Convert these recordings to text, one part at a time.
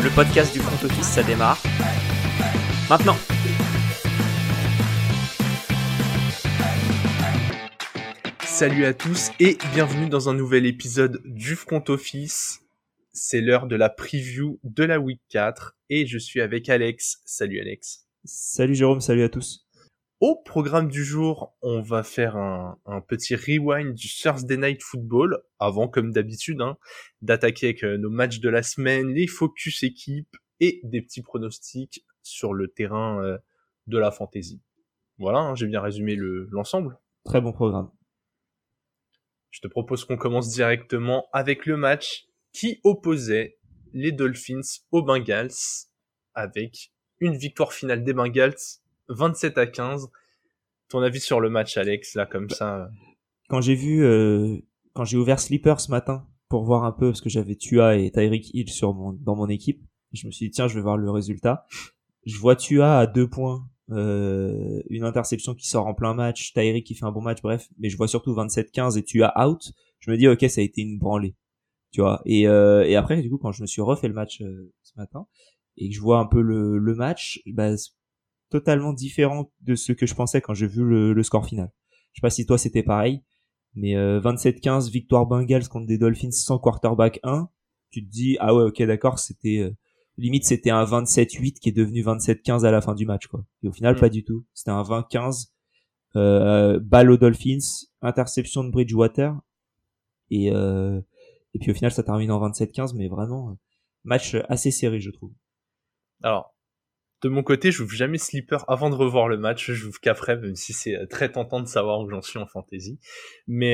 Le podcast du front office, ça démarre maintenant. Salut à tous et bienvenue dans un nouvel épisode du front office. C'est l'heure de la preview de la week 4 et je suis avec Alex. Salut Alex. Salut Jérôme, salut à tous. Au programme du jour, on va faire un petit rewind du Thursday Night Football, avant comme d'habitude, d'attaquer avec nos matchs de la semaine, les focus équipes et des petits pronostics sur le terrain de la fantasy. Voilà, j'ai bien résumé l'ensemble. Très bon programme. Je te propose qu'on commence directement avec le match qui opposait les Dolphins aux Bengals, avec une victoire finale des Bengals, 27-15. Ton avis sur le match, Alex, là, comme ça? Quand j'ai ouvert Sleeper ce matin pour voir un peu, parce que j'avais Tua et Tyreek Hill dans mon équipe, je me suis dit tiens, je vais voir le résultat. Je vois Tua à 2 points, une interception qui sort en plein match, Tyreek qui fait un bon match, bref, mais je vois surtout 27-15 et Tua out. Je me dis ok, ça a été une branlée, tu vois. Et après, du coup, quand je me suis refait le match ce matin et que je vois un peu le match, bah totalement différent de ce que je pensais quand j'ai vu le score final. Je sais pas si toi c'était pareil, mais 27-15 victoire Bengals contre des Dolphins sans quarterback 1, tu te dis ah ouais ok d'accord, c'était limite c'était un 27-8 qui est devenu 27-15 à la fin du match quoi. Et au final pas du tout, c'était un 20-15 balle aux Dolphins, interception de Bridgewater et puis au final ça termine en 27-15, mais vraiment match assez serré je trouve. Alors, de mon côté, j'ouvre jamais Sleeper avant de revoir le match. J'ouvre qu'après, même si c'est très tentant de savoir où j'en suis en fantasy. Mais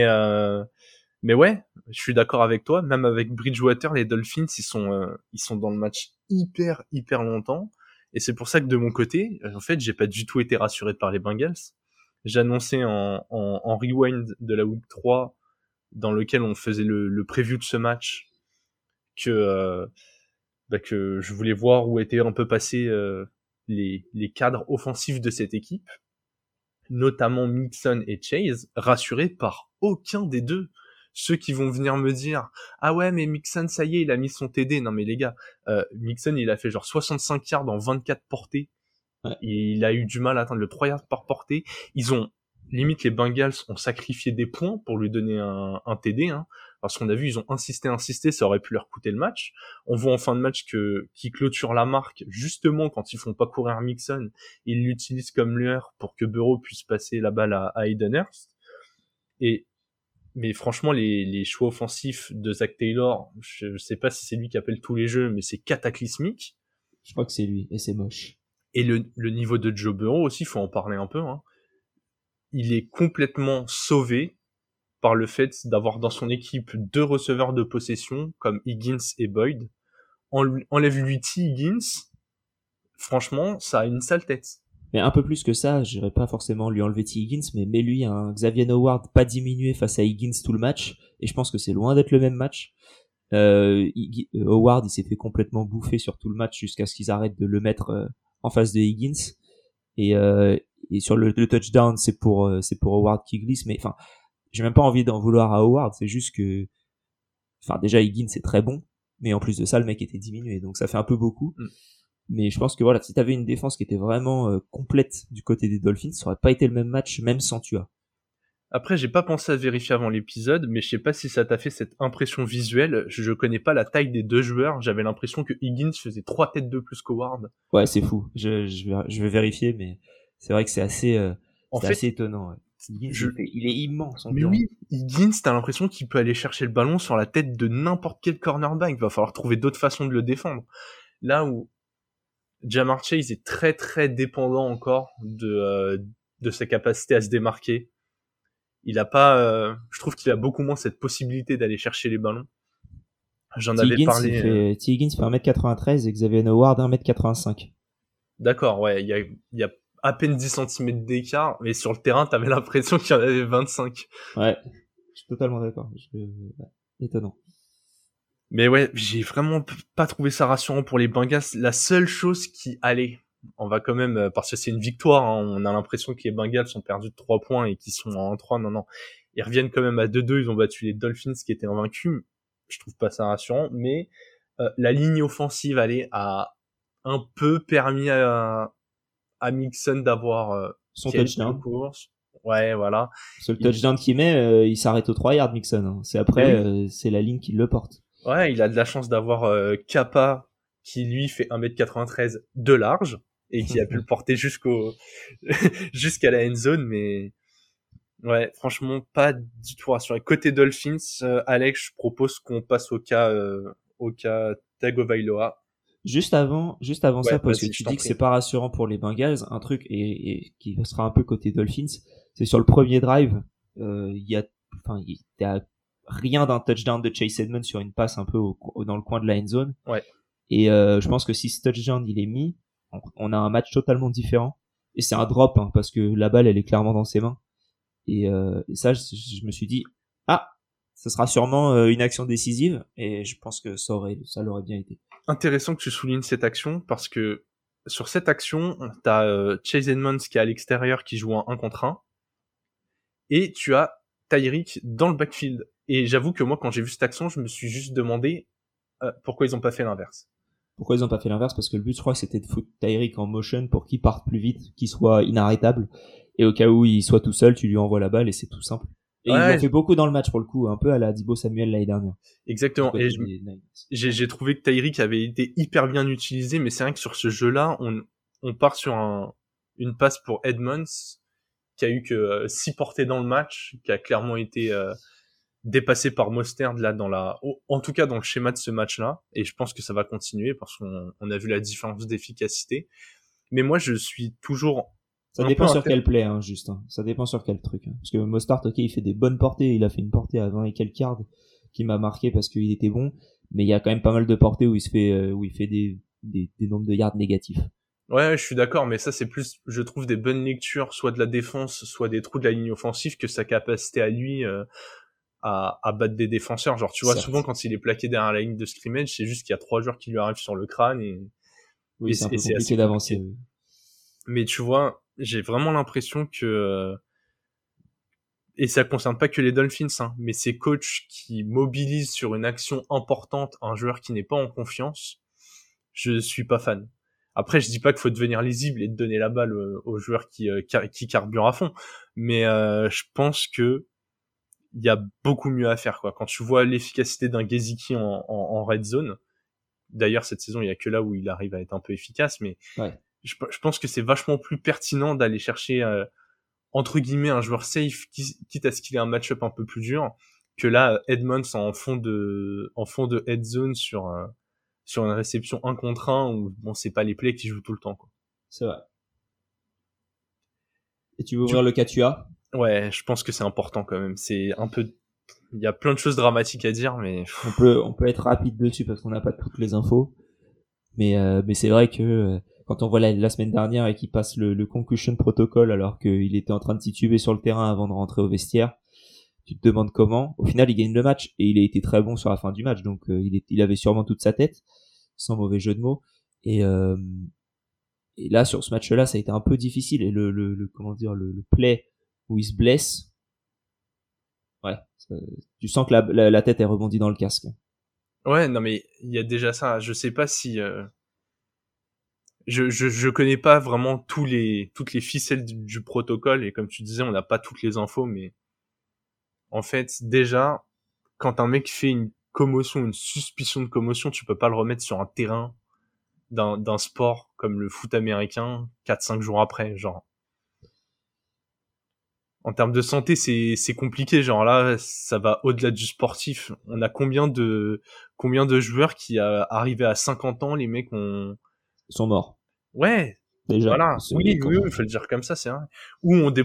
ouais, je suis d'accord avec toi. Même avec Bridgewater, les Dolphins, ils sont dans le match hyper longtemps. Et c'est pour ça que de mon côté, en fait, j'ai pas du tout été rassuré par les Bengals. J'ai annoncé en rewind de la week 3, dans lequel on faisait le preview de ce match, que je voulais voir où étaient un peu passés les cadres offensifs de cette équipe, notamment Mixon et Chase, rassurés par aucun des deux. Ceux qui vont venir me dire « Ah ouais, mais Mixon, ça y est, il a mis son TD. » Non mais les gars, Mixon, il a fait genre 65 yards en 24 portées. Ouais. Il a eu du mal à atteindre le 3 yards par portée. Limite, les Bengals ont sacrifié des points pour lui donner un TD, parce qu'on a vu, ils ont insisté, ça aurait pu leur coûter le match. On voit en fin de match qu'ils clôturent la marque, justement, quand ils font pas courir Mixon, ils l'utilisent comme lueur pour que Burrow puisse passer la balle à Hayden Hurst. Mais franchement, les choix offensifs de Zach Taylor, je sais pas si c'est lui qui appelle tous les jeux, mais c'est cataclysmique. Je crois que c'est lui, et c'est moche. Et le niveau de Joe Burrow aussi, faut en parler un peu, il est complètement sauvé par le fait d'avoir dans son équipe 2 receveurs de possession comme Higgins et Boyd. Enlève-lui T. Higgins, franchement, ça a une sale tête. Mais un peu plus que ça, j'irais pas forcément lui enlever T. Higgins, mais mets-lui un Xavier Howard pas diminué face à Higgins tout le match, et je pense que c'est loin d'être le même match. Howard, il s'est fait complètement bouffer sur tout le match jusqu'à ce qu'ils arrêtent de le mettre en face de Higgins. Et sur le touchdown, c'est pour Howard qui glisse, mais enfin, j'ai même pas envie d'en vouloir à Howard, c'est juste que, enfin, déjà Higgins c'est très bon, mais en plus de ça, le mec était diminué, donc ça fait un peu beaucoup. Mais je pense que voilà, si t'avais une défense qui était vraiment complète du côté des Dolphins, ça aurait pas été le même match, même sans Tua. Après, j'ai pas pensé à vérifier avant l'épisode, mais je sais pas si ça t'a fait cette impression visuelle. Je connais pas la taille des deux joueurs. J'avais l'impression que Higgins faisait 3 têtes de plus qu'Howard. Ouais, c'est fou. Je vais vérifier, mais c'est vrai que c'est assez étonnant. Ouais. Higgins, il est immense. Mais oui, Higgins, t'as l'impression qu'il peut aller chercher le ballon sur la tête de n'importe quel cornerback. Il va falloir trouver d'autres façons de le défendre. Là où Ja'Marr Chase est très dépendant encore de sa capacité à se démarquer. Il a pas, je trouve qu'il a beaucoup moins cette possibilité d'aller chercher les ballons. J'en avais parlé. T. Higgins fait 1m93 et Xavier Howard 1m85. D'accord, ouais, il y a à peine 10 cm d'écart, mais sur le terrain, t'avais l'impression qu'il y en avait 25. Ouais, je suis totalement d'accord. Étonnant. Mais ouais, j'ai vraiment pas trouvé ça rassurant pour les Bengals. La seule chose qui allait, on va quand même, parce que c'est une victoire, on a l'impression que les Bengals ont perdu de 3 points et qu'ils sont en 3. Non. Ils reviennent quand même à 2-2, ils ont battu les Dolphins qui étaient invaincus. Je trouve pas ça rassurant, mais La ligne offensive, allez, a un peu permis à Mixon d'avoir Son quelques touchdown. courses. Ouais, voilà. Parce que le touchdown qu'il met, il s'arrête aux 3 yards, Mixon. Hein. C'est Mais après, oui, c'est la ligne qui le porte. ouais, il a de la chance d'avoir Kappa qui lui fait 1m93 de large et qui a pu le porter jusqu'à la end zone, mais ouais, franchement pas du tout rassuré. Côté Dolphins, Alex, je propose qu'on passe au cas Tagovailoa. Juste avant Ouais, ça, parce que vas-y, je tu t'en dis que c'est prie. pas rassurant pour les Bengals, un truc et qui sera un peu côté Dolphins, c'est sur le premier drive, il y a rien d'un touchdown de Chase Edmonds sur une passe un peu dans le coin de la end zone. Ouais. Et je pense que si ce touchdown il est mis, on a un match totalement différent. Et c'est un drop hein, parce que la balle elle est clairement dans ses mains. Et ça, je me suis dit ah, ce sera sûrement une action décisive. Et je pense que ça l'aurait bien été. Intéressant que tu soulignes cette action parce que sur cette action, t'as Chase Edmonds qui est à l'extérieur qui joue un 1 contre 1 et tu as Tyreek dans le backfield. Et j'avoue que moi, quand j'ai vu cette action, je me suis juste demandé pourquoi ils ont pas fait l'inverse. Pourquoi ils ont pas fait l'inverse? Parce que le but, je crois, c'était de foutre Tyreek en motion pour qu'il parte plus vite, qu'il soit inarrêtable. Et au cas où il soit tout seul, tu lui envoies la balle et c'est tout simple. Et ils l'ont Ouais, fait beaucoup dans le match pour le coup, un peu à la Dibo Samuel l'année dernière. Du exactement. Et côté des Niners. j'ai trouvé que Tyreek avait été hyper bien utilisé, mais c'est vrai que sur ce jeu-là, on part sur une passe pour Edmonds qui a eu que 6 portées dans le match, qui a clairement été dépassé par Mostert là en tout cas dans le schéma de ce match-là. Et je pense que ça va continuer parce qu'on a vu la différence d'efficacité. Mais moi, je suis toujours Ça un peu dépend sur quel play, hein, juste. Hein. Ça dépend sur quel truc. Hein. Parce que Mostart, ok, il fait des bonnes portées. Il a fait une portée à 20 et quelques yards qui m'a marqué parce qu'il était bon. Mais il y a quand même pas mal de portées où où il fait des nombres de yards négatifs. Ouais, je suis d'accord, mais ça c'est plus, je trouve, des bonnes lectures, soit de la défense, soit des trous de la ligne offensive, que sa capacité à lui à battre des défenseurs. Genre, tu vois, souvent Certes. quand il est plaqué derrière la ligne de scrimmage, c'est juste qu'il y a 3 joueurs qui lui arrivent sur le crâne Oui, c'est un et peu c'est assez compliqué d'avancer. compliqué. Oui. Mais tu vois, j'ai vraiment l'impression que et ça concerne pas que les Dolphins, hein, mais ces coachs qui mobilisent sur une action importante un joueur qui n'est pas en confiance, je suis pas fan. Après, je dis pas qu'il faut devenir lisible et de donner la balle aux joueurs qui carburent à fond, mais je pense que il y a beaucoup mieux à faire, quoi. Quand tu vois l'efficacité d'un Gesicki en red zone, d'ailleurs cette saison il y a que là où il arrive à être un peu efficace, mais Ouais. je pense que c'est vachement plus pertinent d'aller chercher entre guillemets un joueur safe, quitte à ce qu'il ait un match-up un peu plus dur, que là Edmonds en fond de head zone sur une réception 1 contre 1 où bon c'est pas les plays qui jouent tout le temps, quoi. C'est vrai. Et tu veux Du ouvrir le Katua? Ouais, je pense que c'est important quand même. C'est un peu, il y a plein de choses dramatiques à dire, mais On peut être rapide dessus parce qu'on n'a pas toutes les infos. Mais c'est vrai que quand on voit la semaine dernière et qu'il passe le concussion protocol alors qu'il était en train de tituber sur le terrain avant de rentrer au vestiaire, tu te demandes comment. Au final, il gagne le match et il a été très bon sur la fin du match, donc il avait sûrement toute sa tête, sans mauvais jeu de mots. Et, euh, et là, sur ce match-là, ça a été un peu difficile. Et comment dire, le play où il se blesse, ouais, tu sens que la tête est rebondie dans le casque. ouais, non mais il y a déjà ça. Je sais pas si je connais pas vraiment toutes les ficelles du protocole et comme tu disais, on n'a pas toutes les infos, mais en fait déjà quand un mec fait une commotion, une suspicion de commotion, tu peux pas le remettre sur un terrain d'un sport comme le foot américain 4-5 jours après, genre. En termes de santé, c'est compliqué, genre là, ça va au-delà du sportif. On a combien de joueurs qui arrivés à 50 ans, les mecs ont Ils sont morts, ouais, déjà. voilà. Oui, oui, oui, faut le dire comme ça, c'est vrai. Ou ont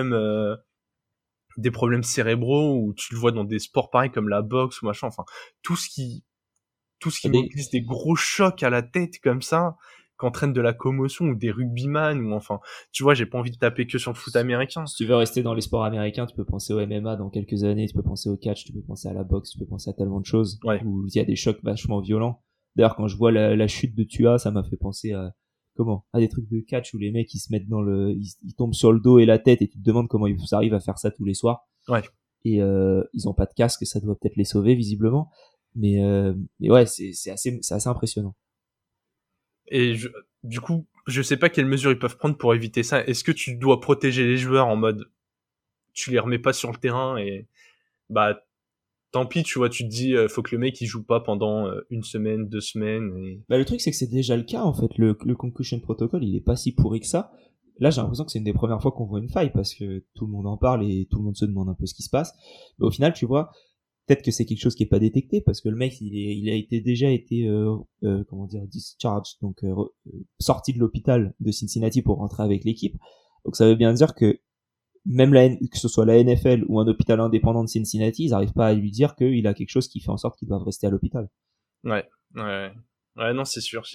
des problèmes cérébraux ou tu le vois dans des sports pareils comme la boxe ou machin, enfin tout ce qui tout ce qui Des, mobilise des gros chocs à la tête comme ça, qu'entraîne de la commotion ou des rugbyman ou enfin, tu vois, j'ai pas envie de taper que sur le foot américain. Si tu veux rester dans les sports américains, tu peux penser au MMA dans quelques années, tu peux penser au catch, tu peux penser à la boxe, tu peux penser à tellement de choses Ouais. où il y a des chocs vachement violents. D'ailleurs, quand je vois la chute de Tua, ça m'a fait penser à des trucs de catch où les mecs ils se mettent ils tombent sur le dos et la tête et tu te demandes comment ils arrivent à faire ça tous les soirs. Ouais. Et ils ont pas de casque, ça doit peut-être les sauver visiblement. Mais ouais, c'est assez impressionnant. Et du coup, je sais pas quelles mesures ils peuvent prendre pour éviter ça. Est-ce que tu dois protéger les joueurs en mode, tu les remets pas sur le terrain et bah tant pis, tu vois, tu te dis, faut que le mec il joue pas pendant une semaine, 2 semaines. Et... Bah, le truc, c'est que c'est déjà le cas, en fait. Le concussion protocol, il est pas si pourri que ça. Là, j'ai l'impression que c'est une des premières fois qu'on voit une faille parce que tout le monde en parle et tout le monde se demande un peu ce qui se passe. Mais au final, tu vois, peut-être que c'est quelque chose qui est pas détecté parce que le mec, il a déjà été, comment dire, discharged, donc sorti de l'hôpital de Cincinnati pour rentrer avec l'équipe. Donc ça veut bien dire que même que ce soit la NFL ou un hôpital indépendant de Cincinnati, ils arrivent pas à lui dire qu'il a quelque chose qui fait en sorte qu'il doit rester à l'hôpital. Ouais, non, c'est sûr.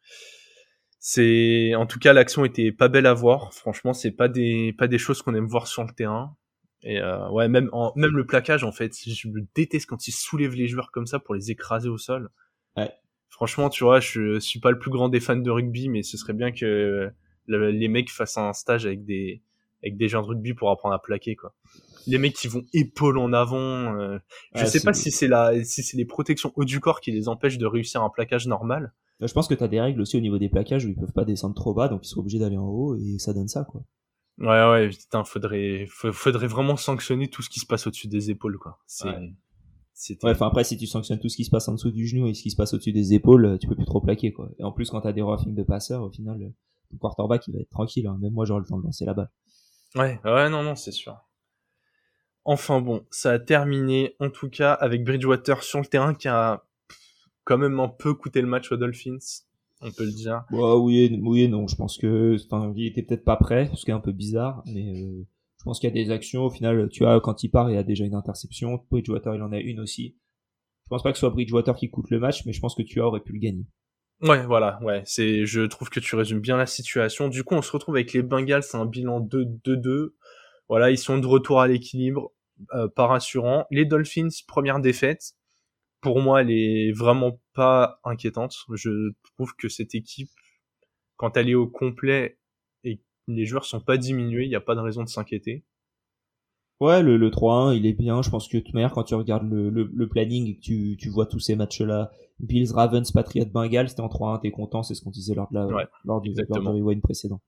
C'est, en tout cas, l'action était pas belle à voir. Franchement, c'est pas des choses qu'on aime voir sur le terrain. Et ouais, même le plaquage, en fait, je me déteste quand ils soulèvent les joueurs comme ça pour les écraser au sol. Ouais. Franchement, tu vois, je suis pas le plus grand des fans de rugby, mais ce serait bien que les mecs fassent un stage avec des gens de rugby pour apprendre à plaquer, quoi. Les mecs qui vont épaules en avant, je sais pas si c'est les protections haut du corps qui les empêchent de réussir un plaquage normal. Je pense que t'as des règles aussi au niveau des plaquages où ils peuvent pas descendre trop bas, donc ils sont obligés d'aller en haut et ça donne ça, quoi. Ouais, putain, faudrait vraiment sanctionner tout ce qui se passe au-dessus des épaules, quoi. Ouais, enfin après, si tu sanctionnes tout ce qui se passe en dessous du genou et ce qui se passe au-dessus des épaules, tu peux plus trop plaquer, quoi. Et en plus, quand t'as des roughing de passeurs, au final, ton quarterback, il va être tranquille, hein. Même moi, j'aurai le temps de lancer la balle. Ouais, non, c'est sûr. Enfin bon, ça a terminé, en tout cas, avec Bridgewater sur le terrain qui a quand même un peu coûté le match aux Dolphins, on peut le dire. Ouais, oui et non. Je pense que, enfin, il était peut-être pas prêt, ce qui est un peu bizarre, mais je pense qu'il y a des actions. Au final, tu vois, quand il part, il y a déjà une interception. Bridgewater, il en a une aussi. Je pense pas que ce soit Bridgewater qui coûte le match, mais je pense que tu aurais pu le gagner. Ouais, voilà, ouais, je trouve que tu résumes bien la situation. Du coup, on se retrouve avec les Bengals, c'est un bilan 2-2. Voilà, ils sont de retour à l'équilibre, pas rassurant. Les Dolphins, première défaite. Pour moi, elle est vraiment pas inquiétante. Je trouve que cette équipe, quand elle est au complet et que les joueurs sont pas diminués, il n'y a pas de raison de s'inquiéter. Ouais, le 3-1, il est bien. Je pense que de toute manière, quand tu regardes le planning et que tu vois tous ces matchs-là, Bills, Ravens, Patriots, Bengals, t'es en 3-1, t'es content, c'est ce qu'on disait lors du rewind précédent.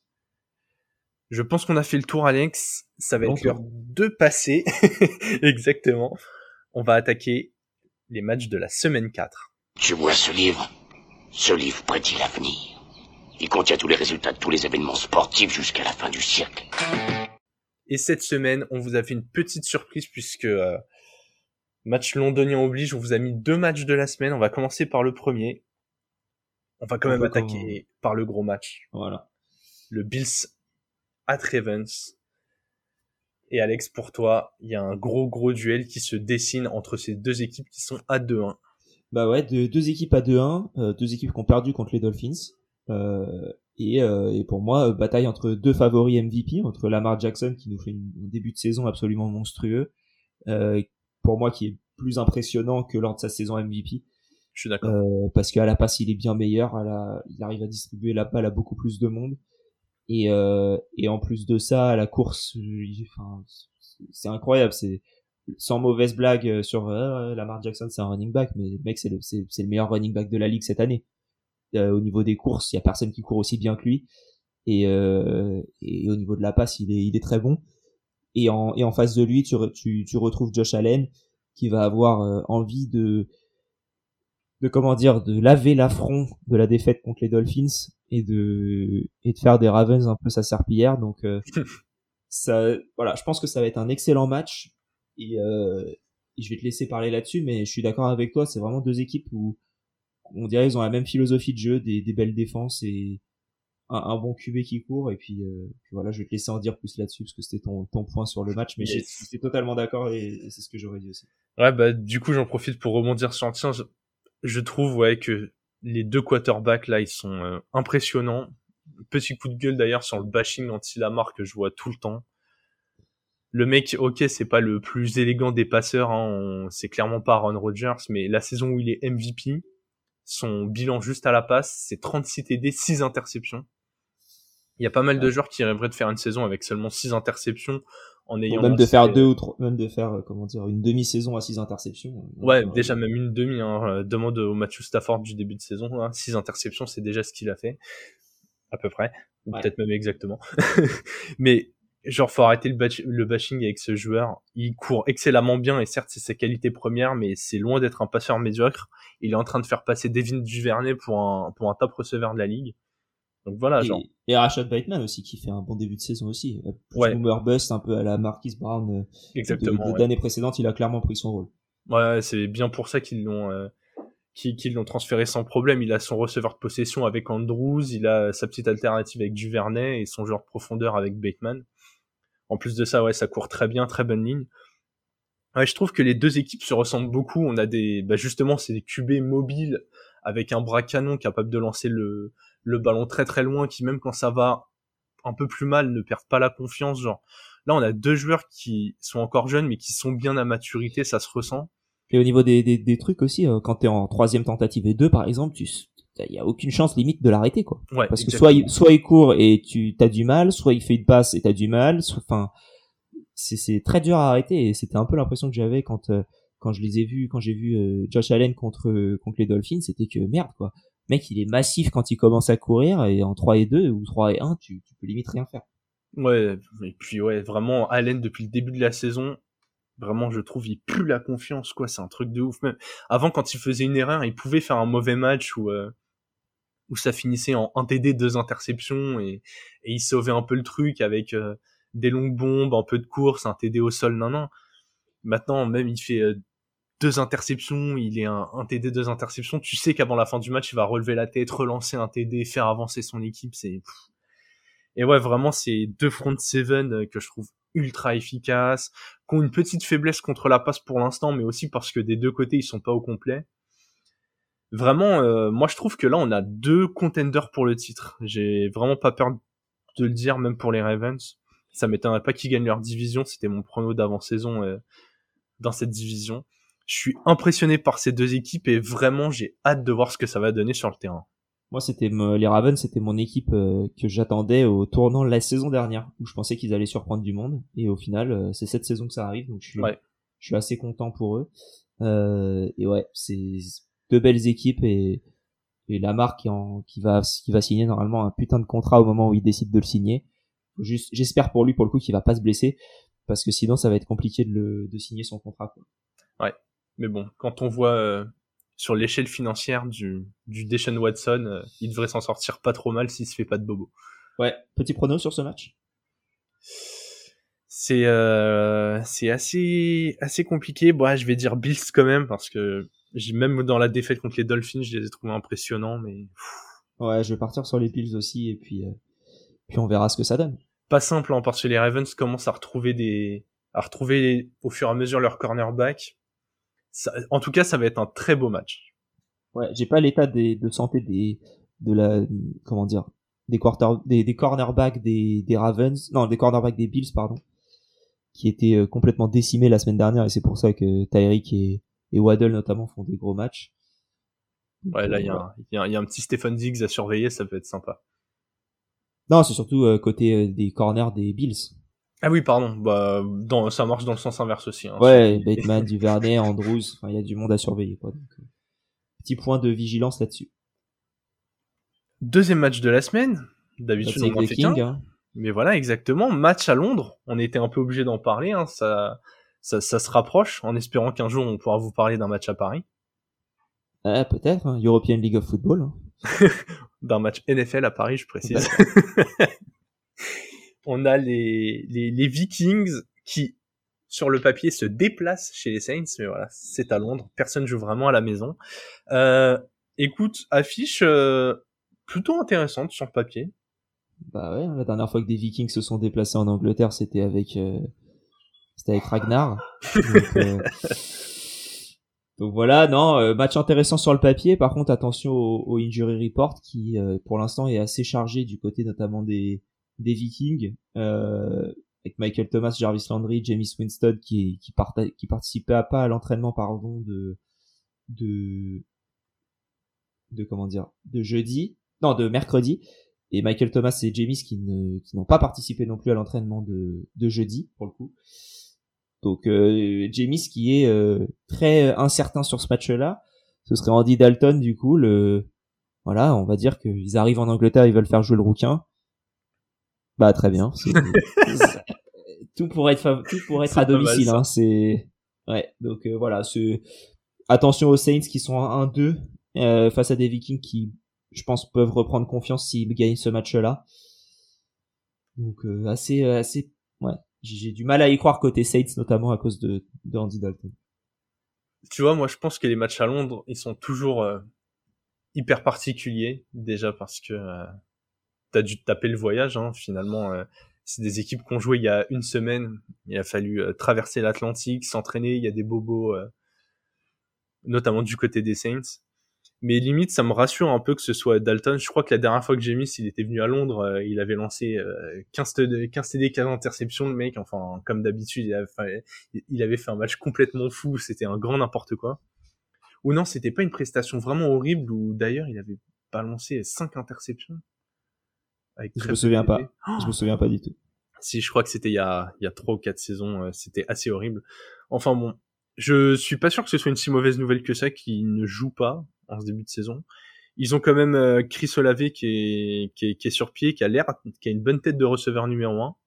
Je pense qu'on a fait le tour, Alex. Ça va être l'heure Longtemps. de passer. Exactement. On va attaquer les matchs de la semaine 4. Tu vois ce livre? Ce livre prédit l'avenir. Il contient tous les résultats de tous les événements sportifs jusqu'à la fin du siècle. Et cette semaine, on vous a fait une petite surprise puisque match londonien oblige, on vous a mis 2 matchs de la semaine. On va commencer par le premier. On va quand même attaquer par le gros match. Voilà. Le Bills at Ravens. Et Alex, pour toi, il y a un gros duel qui se dessine entre ces deux équipes qui sont à 2-1. Bah ouais, deux équipes à 2-1, deux équipes qui ont perdu contre les Dolphins. Et pour moi, bataille entre deux favoris MVP, entre Lamar Jackson qui nous fait un début de saison absolument monstrueux, pour moi qui est plus impressionnant que lors de sa saison MVP. Je suis d'accord. Parce qu'à la passe, il est bien meilleur, il arrive à distribuer la balle à beaucoup plus de monde. Et en plus de ça, à la course, c'est incroyable. C'est sans mauvaise blague sur Lamar Jackson, c'est un running back, mais le mec, c'est le meilleur running back de la ligue cette année. Au niveau des courses, il y a personne qui court aussi bien que lui. Et au niveau de la passe, il est très bon. Et en face de lui, tu retrouves Josh Allen qui va avoir envie de comment dire, de laver l'affront de la défaite contre les Dolphins et de faire des Ravens un peu sa serpillière. Donc ça, voilà, je pense que ça va être un excellent match et je vais te laisser parler là-dessus, mais je suis d'accord avec toi, c'est vraiment deux équipes où on dirait ils ont la même philosophie de jeu, des belles défenses et un bon QB qui court. Et puis voilà, je vais te laisser en dire plus là-dessus parce que c'était ton point sur le match, mais Yes. j'étais totalement d'accord et c'est ce que j'aurais dit aussi. Ouais, bah du coup j'en profite pour rebondir sur le tien. Je trouve que les deux quarterbacks là ils sont impressionnants. Petit coup de gueule d'ailleurs sur le bashing anti-Lamar que je vois tout le temps. Le mec, ok, c'est pas le plus élégant des passeurs, hein, c'est clairement pas Aaron Rodgers, mais la saison où il est MVP, son bilan juste à la passe, c'est 36 TD, 6 interceptions. Il y a pas mal de joueurs qui rêveraient de faire une saison avec seulement 6 interceptions en ayant même de lancé, faire même de faire une demi-saison à 6 interceptions. Ouais, déjà même une demi. Demande au Matthew Stafford du début de saison. 6 interceptions, c'est déjà ce qu'il a fait, à peu près, ou Ouais. peut-être même exactement. Mais genre, faut arrêter le bashing avec ce joueur. Il court excellemment bien et certes, c'est sa qualité première, mais c'est loin d'être un passeur médiocre. Il est en train de faire passer Devin Duvernay pour un top receveur de la ligue. Donc voilà, genre. Et Rashad Bateman aussi, qui fait un bon début de saison aussi. Plus Ouais. boomer bust, un peu à la Marquise Brown Exactement. d'années précédentes, il a clairement pris son rôle. Ouais, c'est bien pour ça qu'ils l'ont transféré sans problème. Il a son receveur de possession avec Andrews, il a sa petite alternative avec Duvernay et son joueur de profondeur avec Bateman. En plus de ça, ouais, ça court très bien, très bonne ligne. Ouais, je trouve que les deux équipes se ressemblent beaucoup. On a justement, c'est des QB mobiles avec un bras canon capable de lancer le ballon très très loin, qui même quand ça va un peu plus mal ne perdent pas la confiance. Genre, là, on a deux joueurs qui sont encore jeunes mais qui sont bien à maturité, ça se ressent. Et au niveau des trucs aussi, quand t'es en 3e tentative et 2 par exemple, il y a aucune chance limite de l'arrêter, quoi. Ouais, parce que exactement. soit il court et t'as du mal, soit il fait une passe et t'as du mal, enfin c'est très dur à arrêter, et c'était un peu l'impression que j'avais quand j'ai vu Josh Allen contre les Dolphins, c'était que merde, quoi. Mec, il est massif quand il commence à courir, et en 3 et 2 ou 3 et 1, tu peux limite rien faire. Ouais, et puis ouais, vraiment Allen depuis le début de la saison, vraiment je trouve il pue la confiance, quoi, c'est un truc de ouf. Même avant, quand il faisait une erreur, il pouvait faire un mauvais match où ça finissait en 1 TD, 2 interceptions, et il sauvait un peu le truc avec des longues bombes, un peu de course, un TD au sol. Non. Maintenant, même il fait 2 interceptions, il est un TD, 2 interceptions, tu sais qu'avant la fin du match, il va relever la tête, relancer un TD, faire avancer son équipe, et ouais, vraiment, c'est deux front seven que je trouve ultra efficaces, qui ont une petite faiblesse contre la passe pour l'instant, mais aussi parce que des deux côtés, ils sont pas au complet. Vraiment, moi je trouve que là, on a 2 contenders pour le titre. J'ai vraiment pas peur de le dire, même pour les Ravens. Ça m'étonnerait pas qu'ils gagnent leur division, c'était mon prono d'avant-saison dans cette division. Je suis impressionné par ces deux équipes et vraiment, j'ai hâte de voir ce que ça va donner sur le terrain. Moi, les Ravens, c'était mon équipe que j'attendais au tournant la saison dernière, où je pensais qu'ils allaient surprendre du monde. Et au final, c'est cette saison que ça arrive, donc je suis assez content pour eux. Et ouais, c'est 2 belles équipes, et Lamar qui va signer normalement un putain de contrat au moment où il décide de le signer. J'espère pour lui, pour le coup, qu'il va pas se blesser, parce que sinon ça va être compliqué de signer son contrat, quoi. Ouais, mais bon, quand on voit sur l'échelle financière du Deshaun Watson, il devrait s'en sortir pas trop mal s'il se fait pas de bobo. Ouais, petit prono sur ce match? C'est assez compliqué. Bon, je vais dire Bills quand même, parce que même dans la défaite contre les Dolphins, je les ai trouvés impressionnants, mais ouais, je vais partir sur les Bills aussi, et puis on verra ce que ça donne. Pas simple, parce que les Ravens commencent à retrouver au fur et à mesure leur cornerback. En tout cas, ça va être un très beau match. Ouais, j'ai pas l'état de santé des cornerbacks des Ravens, non, des cornerbacks des Bills, pardon, qui étaient complètement décimés la semaine dernière, et c'est pour ça que Tyreek et Waddle notamment font des gros matchs. Donc, ouais, là il y a un petit Stephen Diggs à surveiller, ça peut être sympa. Non, c'est surtout côté des corners des Bills. Ah oui, pardon. Ça marche dans le sens inverse aussi. Ouais, Bateman, Duvernay, Andrews, il y a du monde à surveiller, quoi. Donc, petit point de vigilance là-dessus. Deuxième match de la semaine. D'habitude, on en fait qu'un. Hein. Mais voilà, exactement. Match à Londres. On était un peu obligé d'en parler. Ça se rapproche, en espérant qu'un jour on pourra vous parler d'un match à Paris. Peut-être, hein. European League of Football. Hein. D'un match NFL à Paris, je précise. On a les Vikings qui, sur le papier, se déplacent chez les Saints, mais voilà, c'est à Londres. Personne joue vraiment à la maison. Écoute, affiche plutôt intéressante sur le papier. Bah ouais, la dernière fois que des Vikings se sont déplacés en Angleterre, c'était avec Ragnar. Donc voilà, non, match intéressant sur le papier. Par contre, attention au injury report qui, pour l'instant, est assez chargé du côté notamment des Vikings, avec Michael Thomas, Jarvis Landry, Jameis Winston qui participait pas à l'entraînement, pardon, de mercredi. et Michael Thomas et James qui n'ont pas participé non plus à l'entraînement de jeudi pour le coup. Donc James qui est très incertain sur ce match-là. Ce serait Andy Dalton du coup. Voilà, on va dire qu'ils arrivent en Angleterre, ils veulent faire jouer le rouquin. Bah très bien. Tout pourrait être à domicile. Hein, c'est ouais. Donc voilà. Attention aux Saints qui sont 1-2 face à des Vikings qui, je pense, peuvent reprendre confiance s'ils gagnent ce match-là. Donc assez ouais. J'ai du mal à y croire côté Saints, notamment à cause de Andy Dalton. Tu vois, moi je pense que les matchs à Londres, ils sont toujours hyper particuliers, déjà parce que t'as dû te taper le voyage, hein, finalement. C'est des équipes qui ont joué il y a une semaine. Il a fallu traverser l'Atlantique, s'entraîner. Il y a des bobos, notamment du côté des Saints. Mais limite, ça me rassure un peu que ce soit Dalton. Je crois que la dernière fois que j'ai mis, il était venu à Londres, il avait lancé 15 TD, 15 interceptions, le mec. Enfin, comme d'habitude, il avait fait un match complètement fou. C'était un grand n'importe quoi. Ou non, c'était pas une prestation vraiment horrible, où d'ailleurs, il avait balancé 5 interceptions. Je me souviens pas. Je me souviens pas du tout. Si, je crois que c'était il y a 3 ou 4 saisons, c'était assez horrible. Enfin bon, je suis pas sûr que ce soit une si mauvaise nouvelle que ça qui ne joue pas en ce début de saison. Ils ont quand même Chris Olave qui est sur pied, qui a une bonne tête de receveur numéro 1.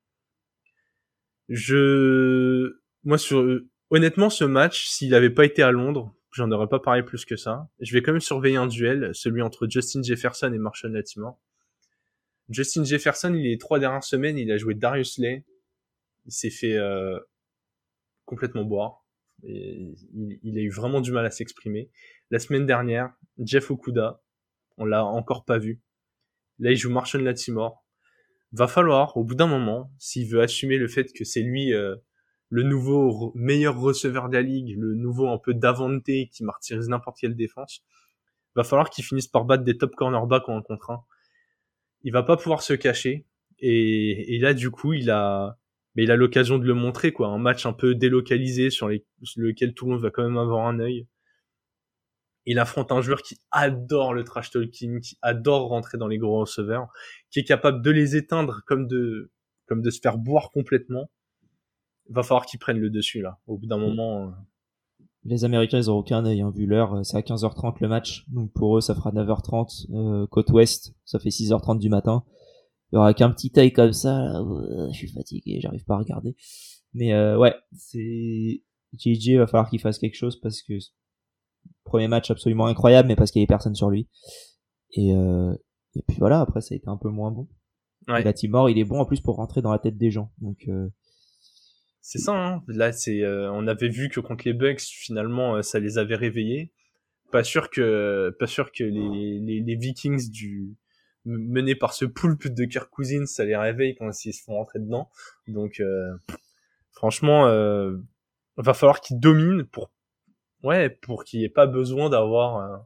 Honnêtement, ce match, s'il avait pas été à Londres, j'en aurais pas parlé plus que ça. Je vais quand même surveiller un duel, celui entre Justin Jefferson et Marshall Lattimore. Justin Jefferson, les 3 dernières semaines, il a joué Darius Slay. Il s'est fait complètement boire. Et il a eu vraiment du mal à s'exprimer. La semaine dernière, Jeff Okudah, on l'a encore pas vu. Là, il joue Marshall Lattimore. Va falloir, au bout d'un moment, s'il veut assumer le fait que c'est lui le nouveau meilleur receveur de la ligue, le nouveau un peu Davante qui martyrise n'importe quelle défense, va falloir qu'il finisse par battre des top cornerbacks en 1 contre 1. Il va pas pouvoir se cacher. Et là, du coup, il a l'occasion de le montrer, quoi. Un match un peu délocalisé sur lequel tout le monde va quand même avoir un œil. Il affronte un joueur qui adore le trash talking, qui adore rentrer dans les gros receveurs, qui est capable de les éteindre comme de se faire boire complètement. Il va falloir qu'il prenne le dessus, là. Au bout d'un moment. Les Américains, ils ont aucun œil, hein, vu l'heure. C'est à 15h30 le match. Donc pour eux, ça fera 9h30. Côte ouest, ça fait 6h30 du matin. Il y aura qu'un petit œil comme ça. Là. Je suis fatigué, j'arrive pas à regarder. Mais ouais, c'est JJ, va falloir qu'il fasse quelque chose parce que premier match absolument incroyable, mais parce qu'il y avait personne sur lui. Et puis voilà, après ça a été un peu moins bon. Ouais. Lattimore, il est bon en plus pour rentrer dans la tête des gens. Donc c'est ça, hein. Là, on avait vu que contre les Bucks, finalement, ça les avait réveillés. Pas sûr que les Vikings menés par ce poulpe de Kirk Cousins, ça les réveille quand ils se font rentrer dedans. Donc, franchement, va falloir qu'ils dominent pour qu'il n'y ait pas besoin d'avoir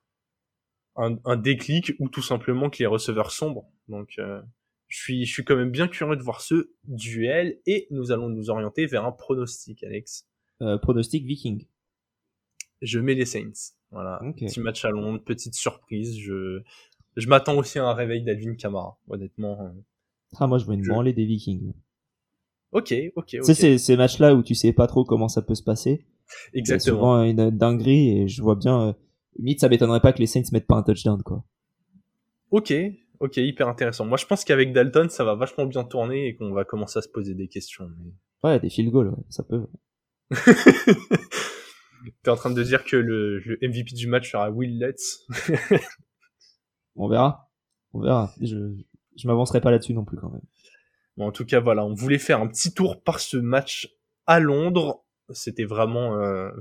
un déclic ou tout simplement que les receveurs sombrent. Donc, je suis quand même bien curieux de voir ce duel et nous allons nous orienter vers un pronostic, Alex. Pronostic Viking. Je mets les Saints. Voilà. Okay. Petit match à Londres, petite surprise. Je m'attends aussi à un réveil d'Alvin Kamara, honnêtement. Moi, je vois une branlée des Vikings. Ok. C'est ces matchs-là où tu sais pas trop comment ça peut se passer. Exactement. Il y a souvent une dinguerie et je vois bien, limite, ça m'étonnerait pas que les Saints mettent pas un touchdown, quoi. Ok, hyper intéressant. Moi, je pense qu'avec Dalton, ça va vachement bien tourner et qu'on va commencer à se poser des questions. Mais... Ouais, des field goals, ouais, ça peut. T'es en train de dire que le MVP du match sera Will Lutz. On verra. Je m'avancerai pas là-dessus non plus quand même. Bon, en tout cas, voilà, on voulait faire un petit tour par ce match à Londres. C'était vraiment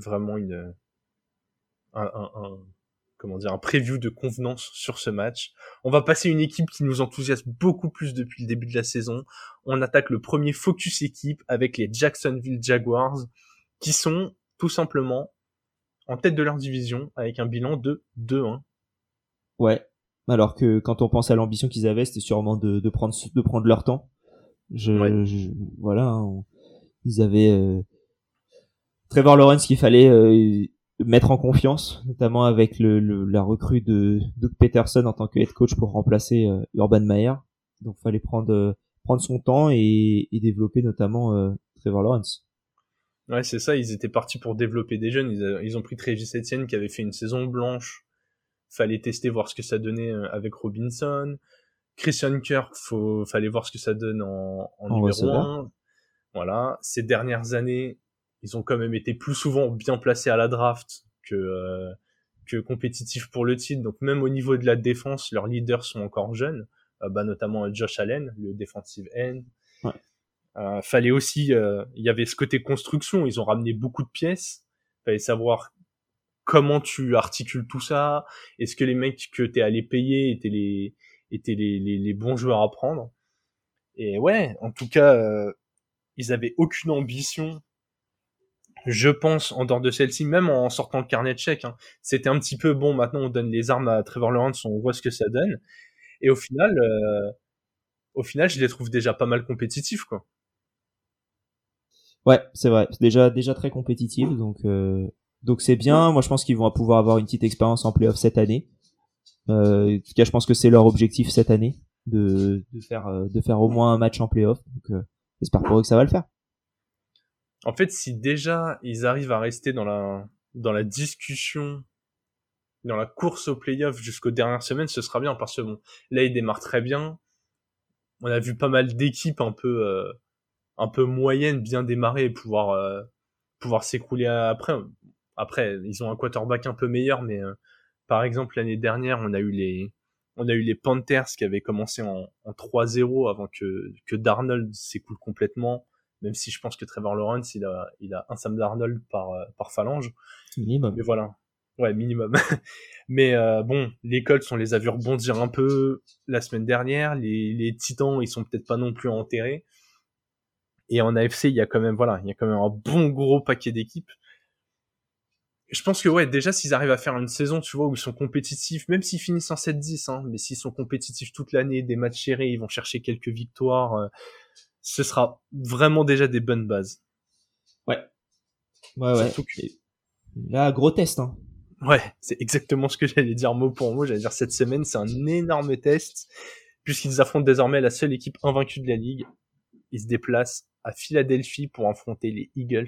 un preview de convenance sur ce match. On va passer une équipe qui nous enthousiasme beaucoup plus depuis le début de la saison. On attaque le premier focus équipe avec les Jacksonville Jaguars, qui sont tout simplement en tête de leur division avec un bilan de 2-1. Ouais. Alors que quand on pense à l'ambition qu'ils avaient, c'était sûrement de prendre leur temps. Voilà, hein, ils avaient Trevor Lawrence qu'il fallait mettre en confiance, notamment avec la recrue de Doug Peterson en tant que head coach pour remplacer Urban Meyer. Donc fallait prendre son temps et développer notamment Trevor Lawrence. Ouais, c'est ça, ils étaient partis pour développer des jeunes, ils ont pris Travis Etienne qui avait fait une saison blanche, fallait tester, voir ce que ça donnait avec Robinson. Christian Kirk, fallait voir ce que ça donne en numéro receveur. 1. Voilà, ces dernières années, ils ont quand même été plus souvent bien placés à la draft que compétitifs pour le titre. Donc même au niveau de la défense, leurs leaders sont encore jeunes, notamment Josh Allen, le defensive end. Ouais. Fallait aussi, il y avait ce côté construction, ils ont ramené beaucoup de pièces. Fallait savoir comment tu articules tout ça. Est-ce que les mecs que t'es allé payer étaient les bons joueurs à prendre? Et ouais, en tout cas, ils avaient aucune ambition, je pense, en dehors de celle-ci, même en sortant le carnet de chèques. Hein. C'était un petit peu, bon, maintenant on donne les armes à Trevor Lawrence, on voit ce que ça donne. Et au final, je les trouve déjà pas mal compétitifs, quoi. Ouais, c'est vrai. C'est déjà très compétitif, donc c'est bien. Moi, je pense qu'ils vont pouvoir avoir une petite expérience en playoff cette année. En tout cas, je pense que c'est leur objectif cette année de faire au moins un match en playoff. Donc, j'espère pour eux que ça va le faire. En fait, si déjà ils arrivent à rester dans la discussion, dans la course au playoff jusqu'aux dernières semaines, ce sera bien, parce que bon, là ils démarrent très bien. On a vu pas mal d'équipes un peu moyennes bien démarrer et pouvoir s'écrouler après. Après, ils ont un quarterback un peu meilleur, mais par exemple l'année dernière, on a eu les Panthers qui avaient commencé en 3-0 avant que Darnold s'écoule complètement. Même si je pense que Trevor Lawrence, il a un Sam Darnold par phalange. Minimum. Mais voilà. Ouais, minimum. Mais bon, les Colts, on les a vus rebondir un peu la semaine dernière. Les Titans, ils sont peut-être pas non plus enterrés. Et en AFC, il y a quand même un bon gros paquet d'équipes. Je pense que ouais, déjà s'ils arrivent à faire une saison, tu vois, où ils sont compétitifs, même s'ils finissent en 7-10, hein, mais s'ils sont compétitifs toute l'année, des matchs serrés, ils vont chercher quelques victoires, ce sera vraiment déjà des bonnes bases. Ouais. Surtout que... Là, gros test, hein. Ouais, c'est exactement ce que j'allais dire mot pour mot. J'allais dire cette semaine, c'est un énorme test, puisqu'ils affrontent désormais la seule équipe invaincue de la ligue. Ils se déplacent à Philadelphie pour affronter les Eagles.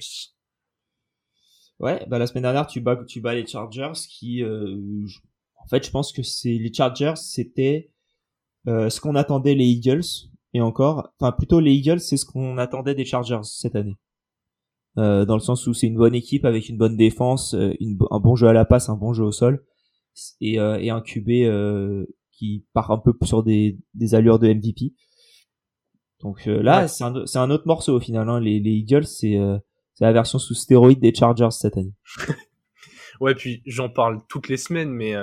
Ouais, la semaine dernière, tu bats les Chargers qui, en fait, je pense que les Chargers, c'était ce qu'on attendait les Eagles, et encore, enfin plutôt les Eagles, c'est ce qu'on attendait des Chargers cette année. Dans le sens où c'est une bonne équipe avec une bonne défense, un bon jeu à la passe, un bon jeu au sol, et un QB qui part un peu sur des allures de MVP. Donc là, ouais. c'est un autre morceau au final. Hein. Les Eagles, c'est la version sous stéroïde des Chargers cette année. Ouais, puis j'en parle toutes les semaines, mais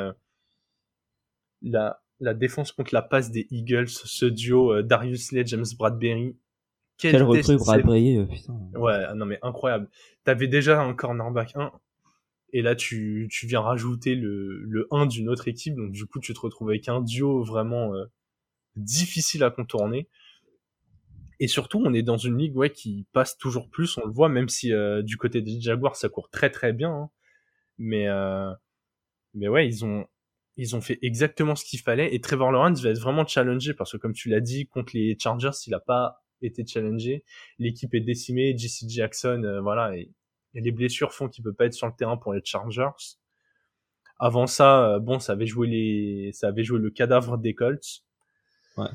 la défense contre la passe des Eagles, ce duo Darius Slay, James Bradbury. Quelle recrue Bradbury, putain. Ouais, non mais incroyable. T'avais déjà un cornerback 1, et là tu viens rajouter le 1 d'une autre équipe, donc du coup tu te retrouves avec un duo vraiment difficile à contourner. Et surtout, on est dans une ligue qui passe toujours plus, on le voit, même si du côté des Jaguars ça court très très bien, hein. Mais ouais, ils ont fait exactement ce qu'il fallait, et Trevor Lawrence va être vraiment challengé, parce que comme tu l'as dit, contre les Chargers, il a pas été challengé, l'équipe est décimée, JC Jackson, voilà, et les blessures font qu'il peut pas être sur le terrain pour les Chargers. Avant ça, bon, ça avait joué le cadavre des Colts. Ouais.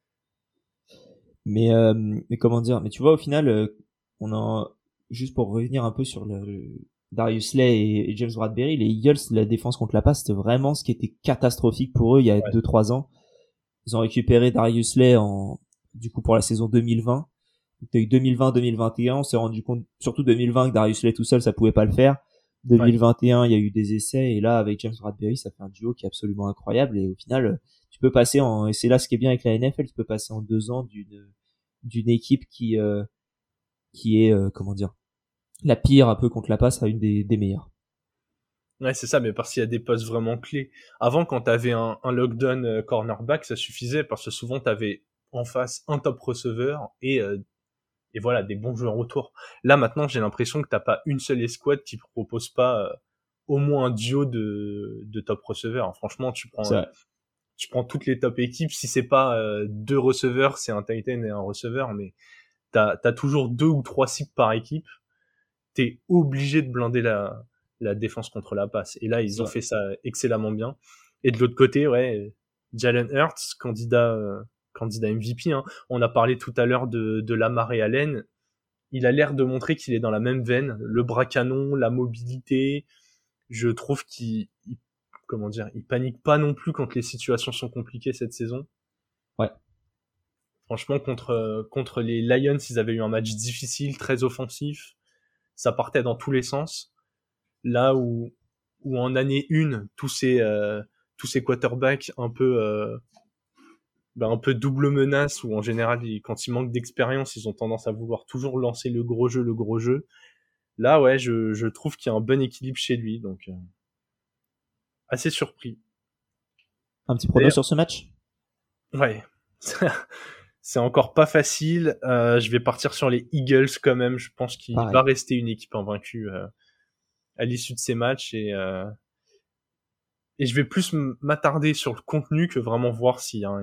Mais comment dire, mais tu vois, au final, juste pour revenir un peu sur le Darius Slay et James Bradbury, les Eagles, la défense contre la passe, c'était vraiment ce qui était catastrophique pour eux il y a 2-3 ans. Ils ont récupéré Darius Slay du coup pour la saison 2020. T'as eu 2020-2021, on s'est rendu compte, surtout 2020, que Darius Slay tout seul, ça pouvait pas le faire. 2021, il y a eu des essais, et là, avec James Bradbury, ça fait un duo qui est absolument incroyable, et au final, tu peux passer et c'est là ce qui est bien avec la NFL, tu peux passer en 2 ans d'une équipe qui est, comment dire, la pire un peu contre la passe à une des meilleures. Ouais, c'est ça, mais parce qu'il y a des postes vraiment clés. Avant, quand t'avais un lockdown cornerback, ça suffisait, parce que souvent t'avais en face un top receveur et voilà, des bons joueurs autour. Là, maintenant, j'ai l'impression que t'as pas une seule escouade qui propose pas au moins un duo de top receveurs. Franchement, tu prends toutes les top équipes. Si c'est pas 2 receveurs, c'est un tight end et un receveur, mais t'as toujours 2 ou 3 cibles par équipe. T'es obligé de blinder la défense contre la passe. Et là, ils ont fait ça excellemment bien. Et de l'autre côté, ouais, Jalen Hurts, candidat MVP, hein. On a parlé tout à l'heure de Lamar et Allen. Il a l'air de montrer qu'il est dans la même veine. Le bras canon, la mobilité. Je trouve il panique pas non plus quand les situations sont compliquées cette saison. Ouais. Franchement, contre les Lions, ils avaient eu un match difficile, très offensif. Ça partait dans tous les sens. Là où en année 1, tous ces quarterbacks un peu double menace, où en général, quand ils manquent d'expérience, ils ont tendance à vouloir toujours lancer le gros jeu. Là, ouais, je trouve qu'il y a un bon équilibre chez lui, donc assez surpris. Un petit prono sur ce match? Ouais. C'est encore pas facile. Je vais partir sur les Eagles quand même. Je pense qu'il va rester une équipe invaincue à l'issue de ces matchs, et je vais plus m'attarder sur le contenu que vraiment voir s'il y a